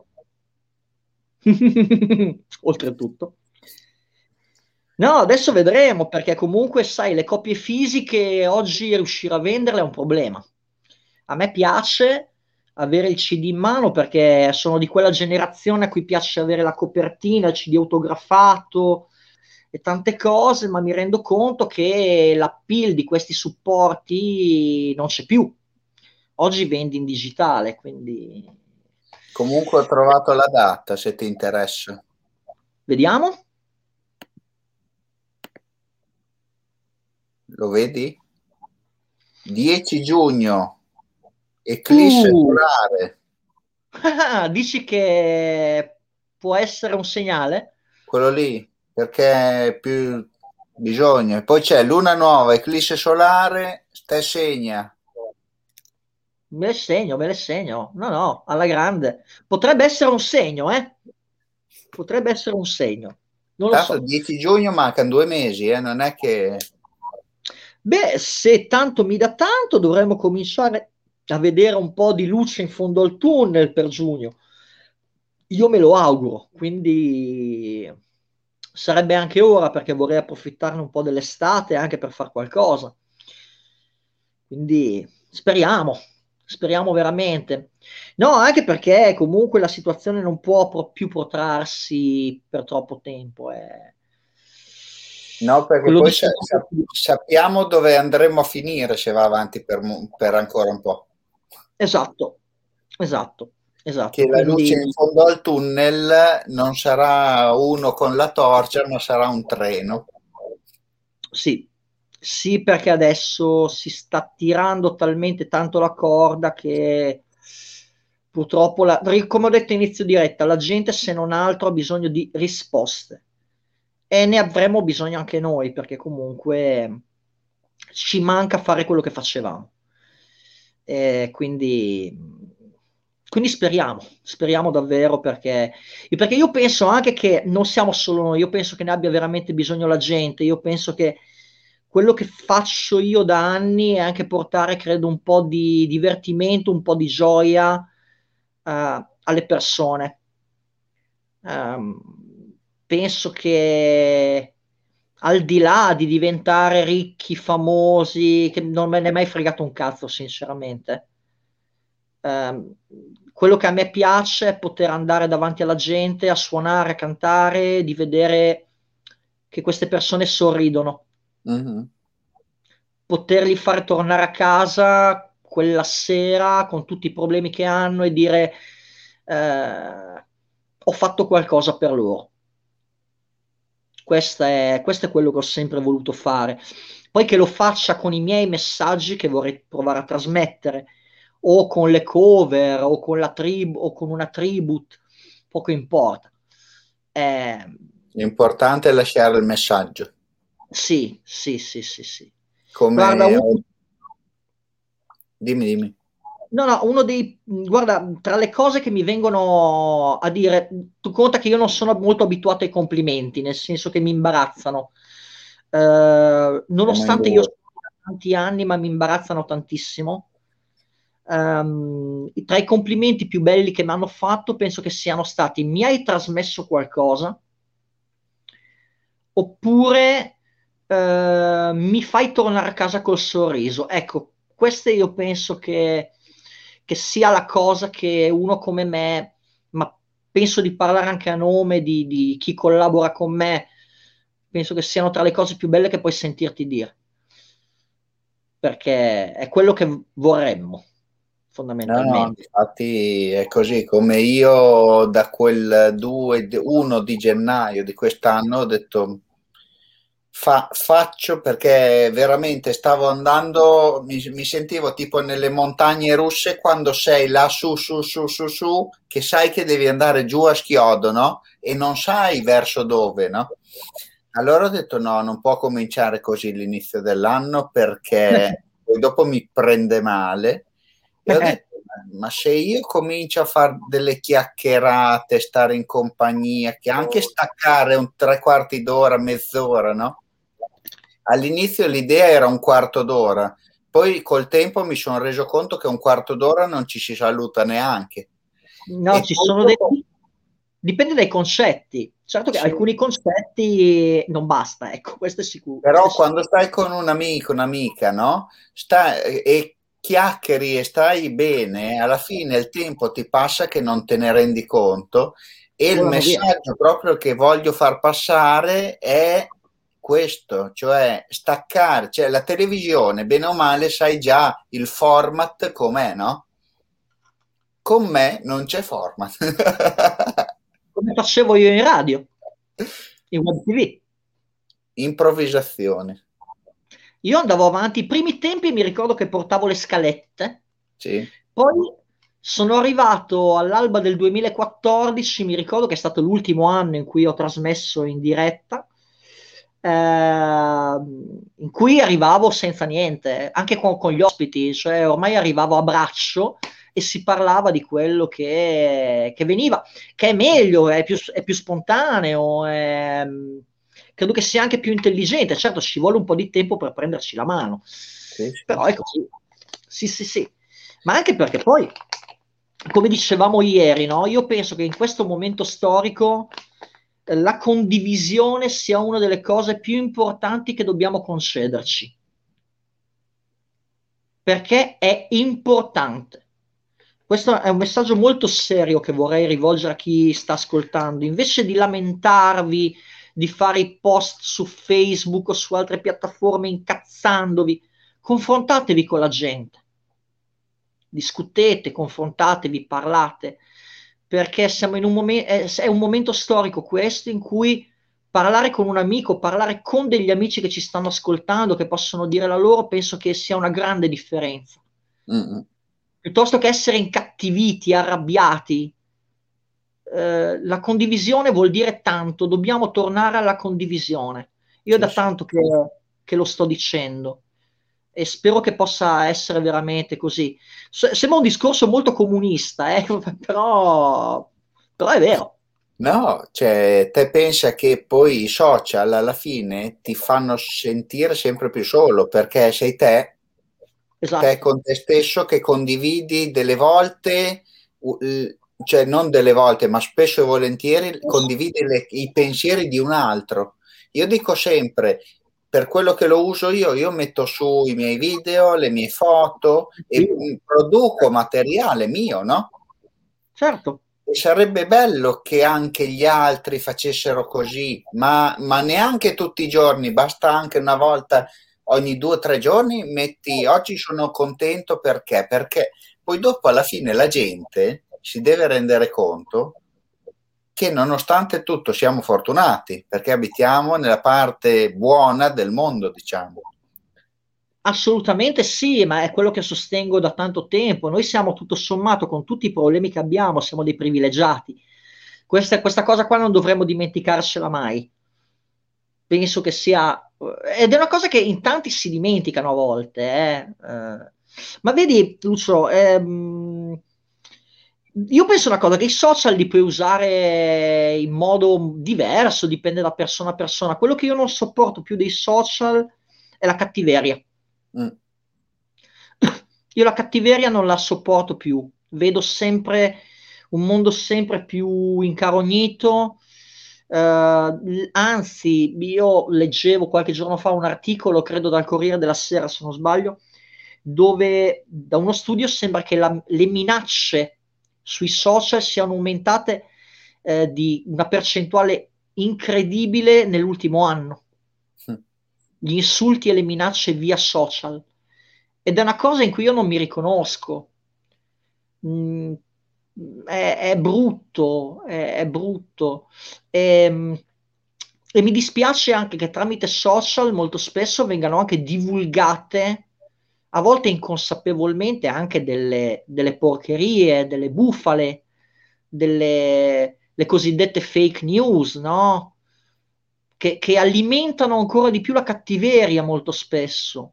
oltretutto. No, adesso vedremo, perché comunque, sai, le copie fisiche oggi riuscire a venderle è un problema. A me piace avere il C D in mano perché sono di quella generazione a cui piace avere la copertina, il C D autografato e tante cose, ma mi rendo conto che l'appeal di questi supporti non c'è più. Oggi vendi in digitale, quindi Comunque ho trovato la data se ti interessa. vediamo. Lo vedi? dieci giugno, eclisse Uh, solare. dici che può essere un segnale? Quello lì, perché più bisogna. Poi c'è luna nuova, eclisse solare, te segna. Me le segno, me le segno. No, no, alla grande. Potrebbe essere un segno, eh? Potrebbe essere un segno. Non lo Tanto so. dieci giugno mancano due mesi, eh, non è che... Beh, se tanto mi dà tanto, dovremmo cominciare a vedere un po' di luce in fondo al tunnel per giugno. Io me lo auguro, quindi sarebbe anche ora perché vorrei approfittarne un po' dell'estate anche per fare qualcosa. Quindi speriamo, speriamo veramente. No, anche perché comunque la situazione non può pro- più protrarsi per troppo tempo. eh. No, perché Quello poi di... sa- sa- sappiamo dove andremo a finire se va avanti per, mo- per ancora un po'. Esatto, esatto, Che esatto. la luce Quindi in fondo al tunnel non sarà uno con la torcia, ma sarà un treno. sì, sì, perché adesso si sta tirando talmente tanto la corda che purtroppo, la- come ho detto a inizio diretta, la gente se non altro ha bisogno di risposte e ne avremo bisogno anche noi perché comunque ci manca fare quello che facevamo. E quindi, quindi speriamo, speriamo davvero perché, perché io penso anche che non siamo solo noi, io penso che ne abbia veramente bisogno la gente, io penso che quello che faccio io da anni è anche portare, credo, un po' di divertimento, un po' di gioia eh, alle persone. Ehm, penso che al di là di diventare ricchi, famosi, che non me ne è mai fregato un cazzo, sinceramente. Ehm, quello che a me piace è poter andare davanti alla gente a suonare, a cantare, di vedere che queste persone sorridono, Mhm. poterli fare tornare a casa quella sera con tutti i problemi che hanno e dire eh, ho fatto qualcosa per loro. Questo è, questo è quello che ho sempre voluto fare. Poi che lo faccia con i miei messaggi che vorrei provare a trasmettere, o con le cover, o con la trib- o con una tribute, poco importa. Eh, L'importante è lasciare il messaggio. sì, sì, sì, sì, sì. Guarda, Come... un- Dimmi, dimmi. no, no, uno dei, guarda, tra le cose che mi vengono a dire, tu conta che io non sono molto abituato ai complimenti, nel senso che mi imbarazzano. Eh, Siamo in nonostante io due. sia da tanti anni, ma mi imbarazzano tantissimo. Ehm, tra i complimenti più belli che mi hanno fatto, penso che siano stati: mi hai trasmesso qualcosa, oppure eh, mi fai tornare a casa col sorriso. Ecco, questa io penso che, che sia la cosa che uno come me, ma penso di parlare anche a nome di, di chi collabora con me, penso che siano tra le cose più belle che puoi sentirti dire, perché è quello che vorremmo, No, no, fondamentalmente. infatti è così, come io da quel due, uno di gennaio di quest'anno ho detto fa- faccio perché veramente stavo andando, mi, mi sentivo tipo nelle montagne russe quando sei là su, su, su, su, su, che sai che devi andare giù a schiodo, no? E non sai verso dove, no? Allora ho detto no, non può cominciare così l'inizio dell'anno perché poi dopo mi prende male. E ho detto, ma se io comincio a fare delle chiacchierate, stare in compagnia, che anche staccare un tre quarti d'ora, mezz'ora, no? All'inizio l'idea era un quarto d'ora, poi col tempo mi sono reso conto che un quarto d'ora non ci si saluta neanche. No, E ci poi sono dopo- dei... Dipende dai concetti. Certo che sì. alcuni concetti non basta, ecco, questo è sicuro. Però questo è quando stai con un amico, un'amica, no? Sta, e chiacchieri e stai bene, alla fine il tempo ti passa che non te ne rendi conto e il volano via. messaggio proprio che voglio far passare è questo, cioè staccare, cioè la televisione, bene o male, sai già il format com'è, no? Con me non c'è format. Come facevo io in radio, in web T V. Improvvisazione, Io andavo avanti, i primi tempi mi ricordo che portavo le scalette, sì. poi sono arrivato all'alba del duemilaquattordici, mi ricordo che è stato l'ultimo anno in cui ho trasmesso in diretta, ehm, in cui arrivavo senza niente, anche con, con gli ospiti, cioè ormai arrivavo a braccio e si parlava di quello che, che veniva, che è meglio, è più, è più spontaneo, è- credo che sia anche più intelligente. Certo, ci vuole un po' di tempo per prenderci la mano, Sì, sì. però è così. Sì, sì, sì. Ma anche perché poi, come dicevamo ieri, no? Io penso che in questo momento storico eh, la condivisione sia una delle cose più importanti che dobbiamo concederci, perché è importante. Questo è un messaggio molto serio che vorrei rivolgere a chi sta ascoltando. Invece di lamentarvi, di fare i post su Facebook o su altre piattaforme incazzandovi, confrontatevi con la gente, discutete, confrontatevi, parlate, perché siamo in un momento, è, è un momento storico questo in cui parlare con un amico, parlare con degli amici che ci stanno ascoltando, che possono dire la loro, penso che sia una grande differenza. Mm-mm. Piuttosto che essere incattiviti, arrabbiati. Eh, la condivisione vuol dire tanto, dobbiamo tornare alla condivisione. Io è Sì, da sì. tanto che, che lo sto dicendo e spero che possa essere veramente così. S- sembra un discorso molto comunista, eh, però, però è vero. No, cioè, te pensa che poi i social alla fine ti fanno sentire sempre più solo perché sei te, te Esatto. con te stesso che condividi delle volte, u- l- cioè non delle volte, ma spesso e volentieri condividi le- i pensieri di un altro. Io dico sempre, per quello che lo uso io, io metto su i miei video, le mie foto e Sì, mm, produco materiale mio, no? certo. E sarebbe bello che anche gli altri facessero così, ma, ma neanche tutti i giorni, basta anche una volta ogni due o tre giorni, metti oggi sono contento perché? Perché poi dopo alla fine la gente si deve rendere conto che nonostante tutto siamo fortunati perché abitiamo nella parte buona del mondo, diciamo. Assolutamente sì, ma è quello che sostengo da tanto tempo. Noi siamo tutto sommato, con tutti i problemi che abbiamo, siamo dei privilegiati. Questa, questa cosa qua non dovremmo dimenticarcela mai. Penso che sia... Ed è una cosa che in tanti si dimenticano a volte. eh. Eh, Ma vedi, Lucio, ehm, io penso una cosa, che i social li puoi usare in modo diverso, dipende da persona a persona. Quello che io non sopporto più dei social è la cattiveria. Mm. Io la cattiveria non la sopporto più, vedo sempre un mondo sempre più incarognito. Eh, anzi, io leggevo qualche giorno fa un articolo, credo dal Corriere della Sera, se non sbaglio, dove da uno studio sembra che la- le minacce sui social siano aumentate eh, di una percentuale incredibile nell'ultimo anno, Mm. gli insulti e le minacce via social. Ed è una cosa in cui io non mi riconosco. Mm, è, è brutto, è, è brutto. E, e mi dispiace anche che tramite social molto spesso vengano anche divulgate, a volte inconsapevolmente, anche delle, delle porcherie, delle bufale, delle le cosiddette fake news, no? Che, che alimentano ancora di più la cattiveria molto spesso.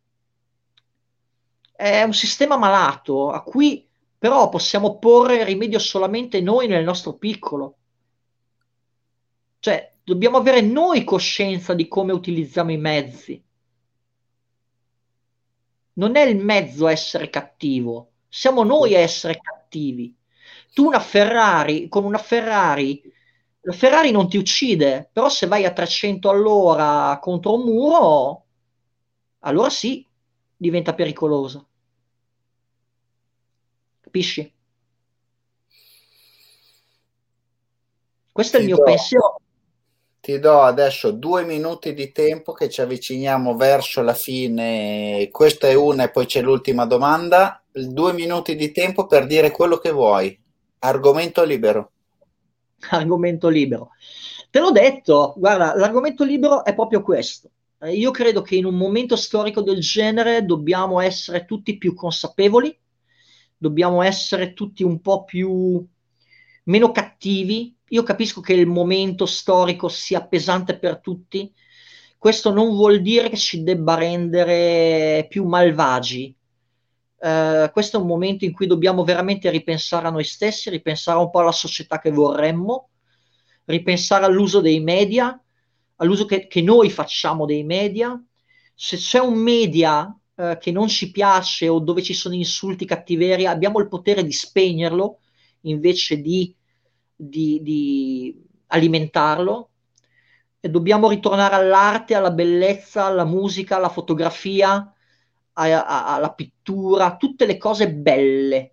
È un sistema malato a cui però possiamo porre rimedio solamente noi nel nostro piccolo. Cioè, dobbiamo avere noi coscienza di come utilizziamo i mezzi. non è il mezzo a essere cattivo, siamo noi a essere cattivi. Tu una Ferrari, con una Ferrari, la Ferrari non ti uccide, però se vai a trecento all'ora contro un muro, allora sì, diventa pericolosa. Capisci? Questo è il Ti mio do, pensiero. ti do adesso due minuti di tempo che ci avviciniamo verso la fine. Questa è una e poi c'è l'ultima domanda. Due minuti di tempo per dire quello che vuoi. Argomento libero. Argomento libero. Te l'ho detto, guarda, l'argomento libero è proprio questo. Eh, Io credo che in un momento storico del genere dobbiamo essere tutti più consapevoli, dobbiamo essere tutti un po' più meno cattivi. Io capisco che il momento storico sia pesante per tutti. Questo non vuol dire che ci debba rendere più malvagi. Eh, questo è un momento in cui dobbiamo veramente ripensare a noi stessi, ripensare un po' alla società che vorremmo, ripensare all'uso dei media, all'uso che, che noi facciamo dei media. Se c'è un media eh, che non ci piace o dove ci sono insulti, cattiveria, abbiamo il potere di spegnerlo invece di, di, di alimentarlo. E dobbiamo ritornare all'arte, alla bellezza, alla musica, alla fotografia, a- a- alla pittura, tutte le cose belle.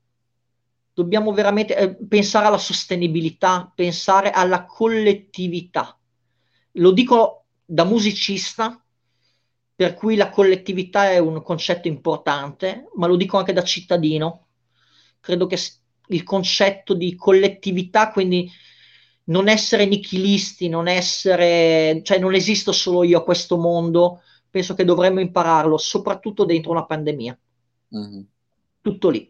Dobbiamo veramente eh, pensare alla sostenibilità, pensare alla collettività. Lo dico da musicista, per cui la collettività è un concetto importante, ma lo dico anche da cittadino. Credo che s- il concetto di collettività, quindi non essere nichilisti, non essere, cioè non esisto solo io a questo mondo, penso che dovremmo impararlo, soprattutto dentro una pandemia. Mhm. Tutto lì.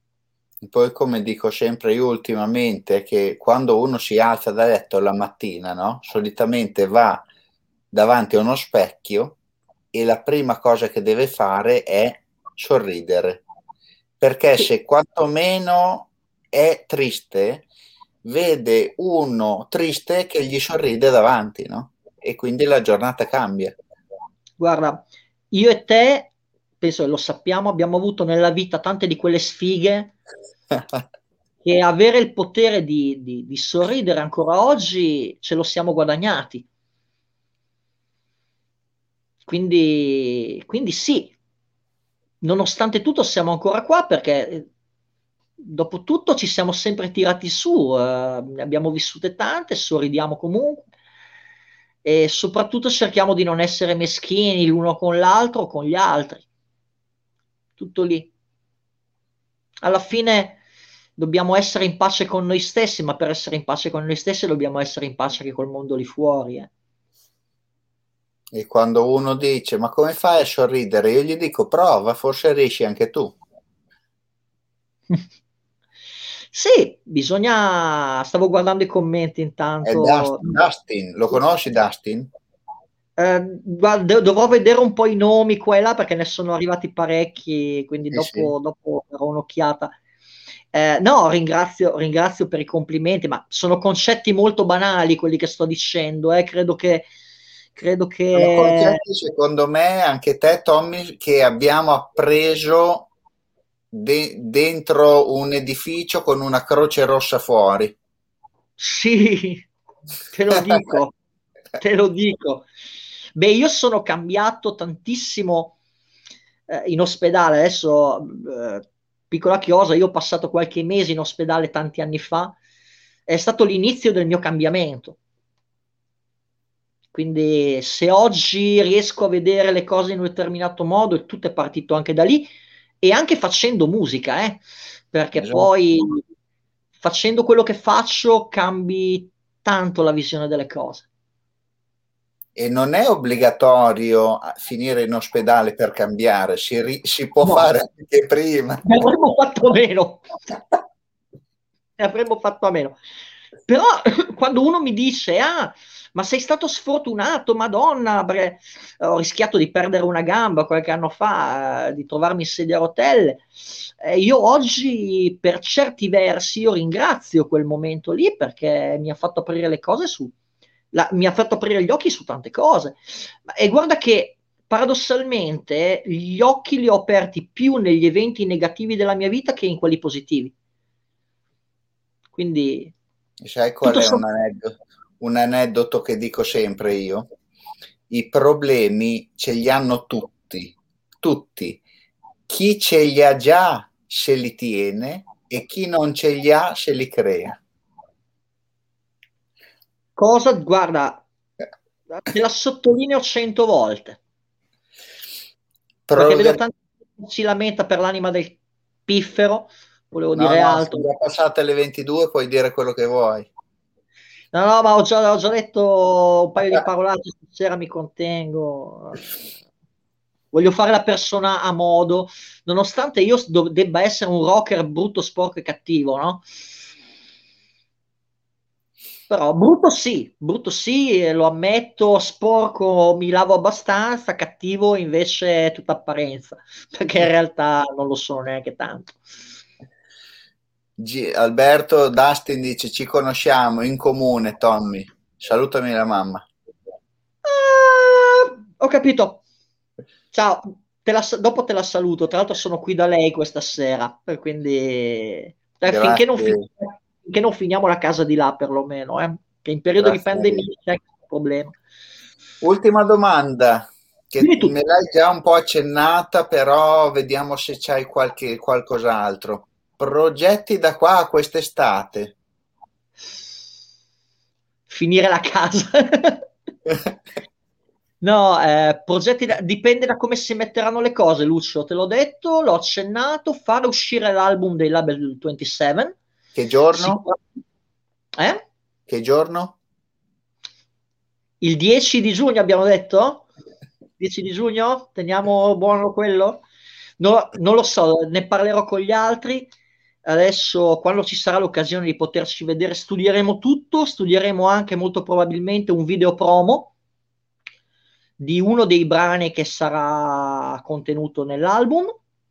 Poi, come dico sempre io ultimamente, che quando uno si alza da letto la mattina, no? Solitamente va davanti a uno specchio e la prima cosa che deve fare è sorridere. Perché Sì, se quantomeno è triste, vede uno triste che gli sorride davanti, no? E quindi la giornata cambia. guarda, io e te, penso che lo sappiamo, abbiamo avuto nella vita tante di quelle sfighe che avere il potere di, di- di sorridere ancora oggi ce lo siamo guadagnati. Quindi, quindi sì, nonostante tutto siamo ancora qua perché eh, dopo tutto ci siamo sempre tirati su, eh, ne abbiamo vissute tante, sorridiamo comunque e soprattutto cerchiamo di non essere meschini l'uno con l'altro o con gli altri. Tutto lì. Alla fine dobbiamo essere in pace con noi stessi, ma per essere in pace con noi stessi dobbiamo essere in pace anche col mondo lì fuori. eh. E quando uno dice, ma come fai a sorridere? Io gli dico, prova, forse riesci anche tu. Sì, bisogna. Stavo guardando i commenti È Dust- intanto. Dustin, lo conosci Dustin? Eh, guarda, dovrò vedere un po' i nomi qua e là perché ne sono arrivati parecchi, quindi Sì, sì. dopo, dopo darò un'occhiata. Eh, no, ringrazio, ringrazio per i complimenti, ma sono concetti molto banali quelli che sto dicendo. eh. Credo che, credo Sono che concetti, secondo me, anche te, Tommy, che abbiamo appreso de- dentro un edificio con una croce rossa fuori. Sì, te lo dico, te lo dico. Beh, io sono cambiato tantissimo eh, in ospedale. Adesso, eh, piccola chiosa, io ho passato qualche mese in ospedale tanti anni fa. È stato l'inizio del mio cambiamento. Quindi se oggi riesco a vedere le cose in un determinato modo, e tutto è partito anche da lì, e anche facendo musica, eh, perché Esatto. poi facendo quello che faccio cambi tanto la visione delle cose. E non è obbligatorio finire in ospedale per cambiare, si, ri- si può No, fare anche prima. ne avremmo fatto a meno, ne avremmo fatto a meno. Però quando uno mi dice, ah, ma sei stato sfortunato, Madonna, perché ho rischiato di perdere una gamba qualche anno fa, eh, di trovarmi in sedia a rotelle, eh, io oggi per certi versi io ringrazio quel momento lì perché mi ha fatto aprire le cose su, la- mi ha fatto aprire gli occhi su tante cose. E guarda che paradossalmente gli occhi li ho aperti più negli eventi negativi della mia vita che in quelli positivi. Quindi sai qual è un aneddoto, un aneddoto che dico sempre io? I problemi ce li hanno tutti, tutti. Chi ce li ha già se li tiene e chi non ce li ha se li crea. Cosa? Guarda, te la sottolineo cento volte. Perché vedo tanti che si lamenta per l'anima del piffero, volevo no, dire no, altro. Sono già passate le ventidue, puoi dire quello che vuoi. No, no, ma ho già, ho già detto un paio di parolacce, stasera mi contengo. Voglio fare la persona a modo, nonostante io do- debba essere un rocker brutto, sporco e cattivo, no? Però brutto sì, brutto sì, eh, lo ammetto, sporco mi lavo abbastanza, cattivo invece è tutta apparenza, perché in realtà non lo sono neanche tanto. G- Alberto Dustin dice: ci conosciamo in comune, Tommy. Salutami la mamma. Ah, ho capito. Ciao, te la, dopo te la saluto. Tra l'altro sono qui da lei questa sera, e quindi eh, finché non, fin- Grazie. finché non finiamo la casa di là perlomeno, eh, che in periodo di Grazie. pandemia c'è questo problema. Ultima domanda, che Dimmi tu. me l'hai già un po' accennata, però vediamo se c'hai qualche qualcos'altro. Progetti da qua a quest'estate? Finire la casa. No, eh, progetti da- dipende da come si metteranno le cose, Lucio. Te l'ho detto, l'ho accennato, fare uscire l'album dei Label ventisette. Che giorno? Sicur- eh? Che giorno? Il dieci di giugno abbiamo detto? dieci di giugno? Teniamo buono quello? No, non lo so, ne parlerò con gli altri. Adesso, quando ci sarà l'occasione di poterci vedere, studieremo tutto. Studieremo anche molto probabilmente un video promo di uno dei brani che sarà contenuto nell'album.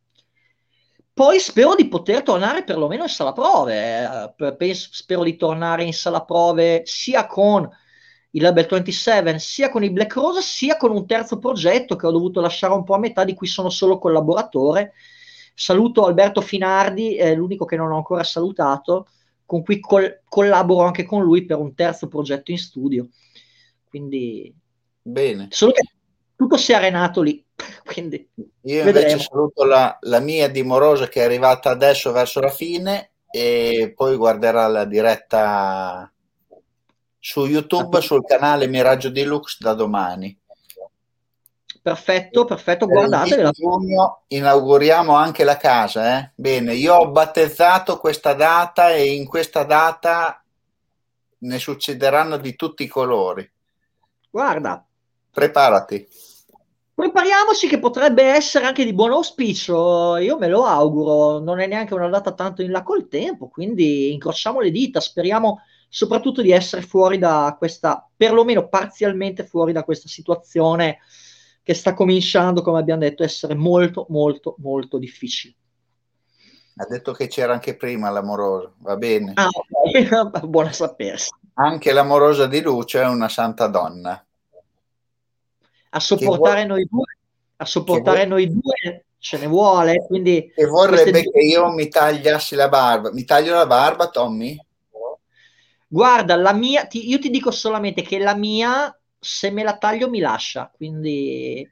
Poi spero di poter tornare perlomeno in sala prove. eh, penso- spero di tornare in sala prove sia con il Label ventisette, sia con i Black Rose, sia con un terzo progetto che ho dovuto lasciare un po' a metà, di cui sono solo collaboratore. Saluto Alberto Finardi, è l'unico che non ho ancora salutato, con cui col- collaboro anche con lui per un terzo progetto in studio. Quindi Bene. solo che tutto si è arenato lì, quindi Io invece vedremo. saluto la, la mia dimorosa che è arrivata adesso verso la fine e poi guarderà la diretta su YouTube sul canale Miraggio Deluxe da domani. Perfetto, perfetto, Per il dieci guardatevela. giugno inauguriamo anche la casa, eh? Bene, io ho battezzato questa data e in questa data ne succederanno di tutti i colori. Guarda, Preparati. prepariamoci che potrebbe essere anche di buon auspicio, io me lo auguro, non è neanche una data tanto in là col tempo, quindi incrociamo le dita, speriamo soprattutto di essere fuori da questa, perlomeno parzialmente fuori da questa situazione che sta cominciando, come abbiamo detto, a essere molto, molto, molto difficile. Ha detto che c'era anche prima l'amorosa, va bene. Ah, ok, buona sapersi. Anche l'amorosa di Luce è una santa donna. A Che, vuol, sopportare noi due, a che, vuol, sopportare noi due ce ne vuole, quindi che queste vorrebbe due... che io mi tagliassi la barba. Mi taglio la barba, Tommy? Guarda, la mia, ti- io ti dico solamente che la mia, se me la taglio, mi lascia, quindi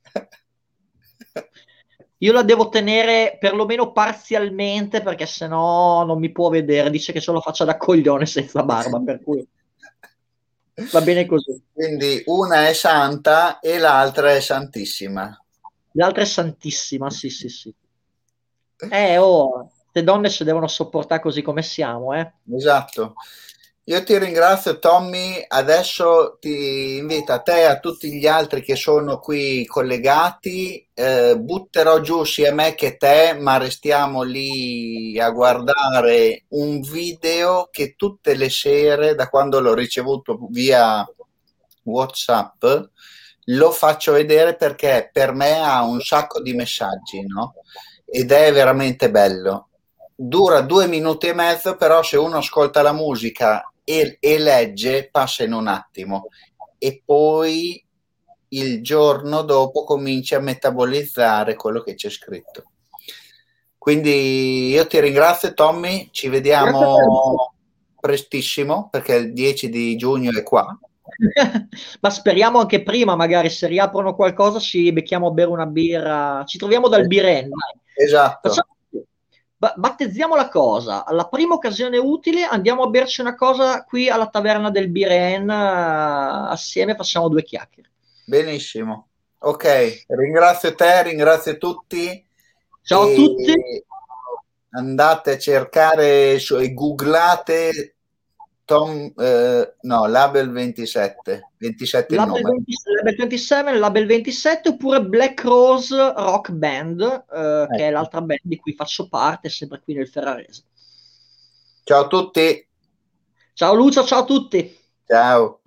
io la devo tenere perlomeno parzialmente perché sennò non mi può vedere, dice che ce lo faccia da coglione senza barba, per cui va bene così. Quindi una è santa e l'altra è santissima. L'altra è santissima, sì, sì, sì. Eh, oh, le donne si devono sopportare così come siamo, eh. Esatto. Io ti ringrazio, Tommy. Adesso ti invito a te e a tutti gli altri che sono qui collegati. Eh, butterò giù sia me che te, ma restiamo lì a guardare un video che tutte le sere, da quando l'ho ricevuto via WhatsApp, lo faccio vedere perché per me ha un sacco di messaggi, no? Ed è veramente bello. Dura due minuti e mezzo, però se uno ascolta la musica e, e legge passa in un attimo. E poi il giorno dopo cominci a metabolizzare quello che c'è scritto. Quindi io ti ringrazio, Tommy, ci vediamo prestissimo perché il dieci di giugno è qua. Ma speriamo anche prima, magari se riaprono qualcosa ci becchiamo a bere una birra, ci troviamo dal Biren. Esatto. Facciamo... battezziamo la cosa, alla prima occasione utile andiamo a berci una cosa qui alla taverna del Biren, assieme facciamo due chiacchiere. Benissimo, ok, ringrazio te, ringrazio tutti. Ciao a tutti, andate a cercare e googlate Tom, eh, no, Label ventisette, ventisette il Label, nome. venti, Label ventisette, Label ventisette oppure Black Rose Rock Band, eh, ecco. che è l'altra band di cui faccio parte, sempre qui nel Ferrarese. Ciao a tutti. Ciao Lucio, ciao a tutti. Ciao.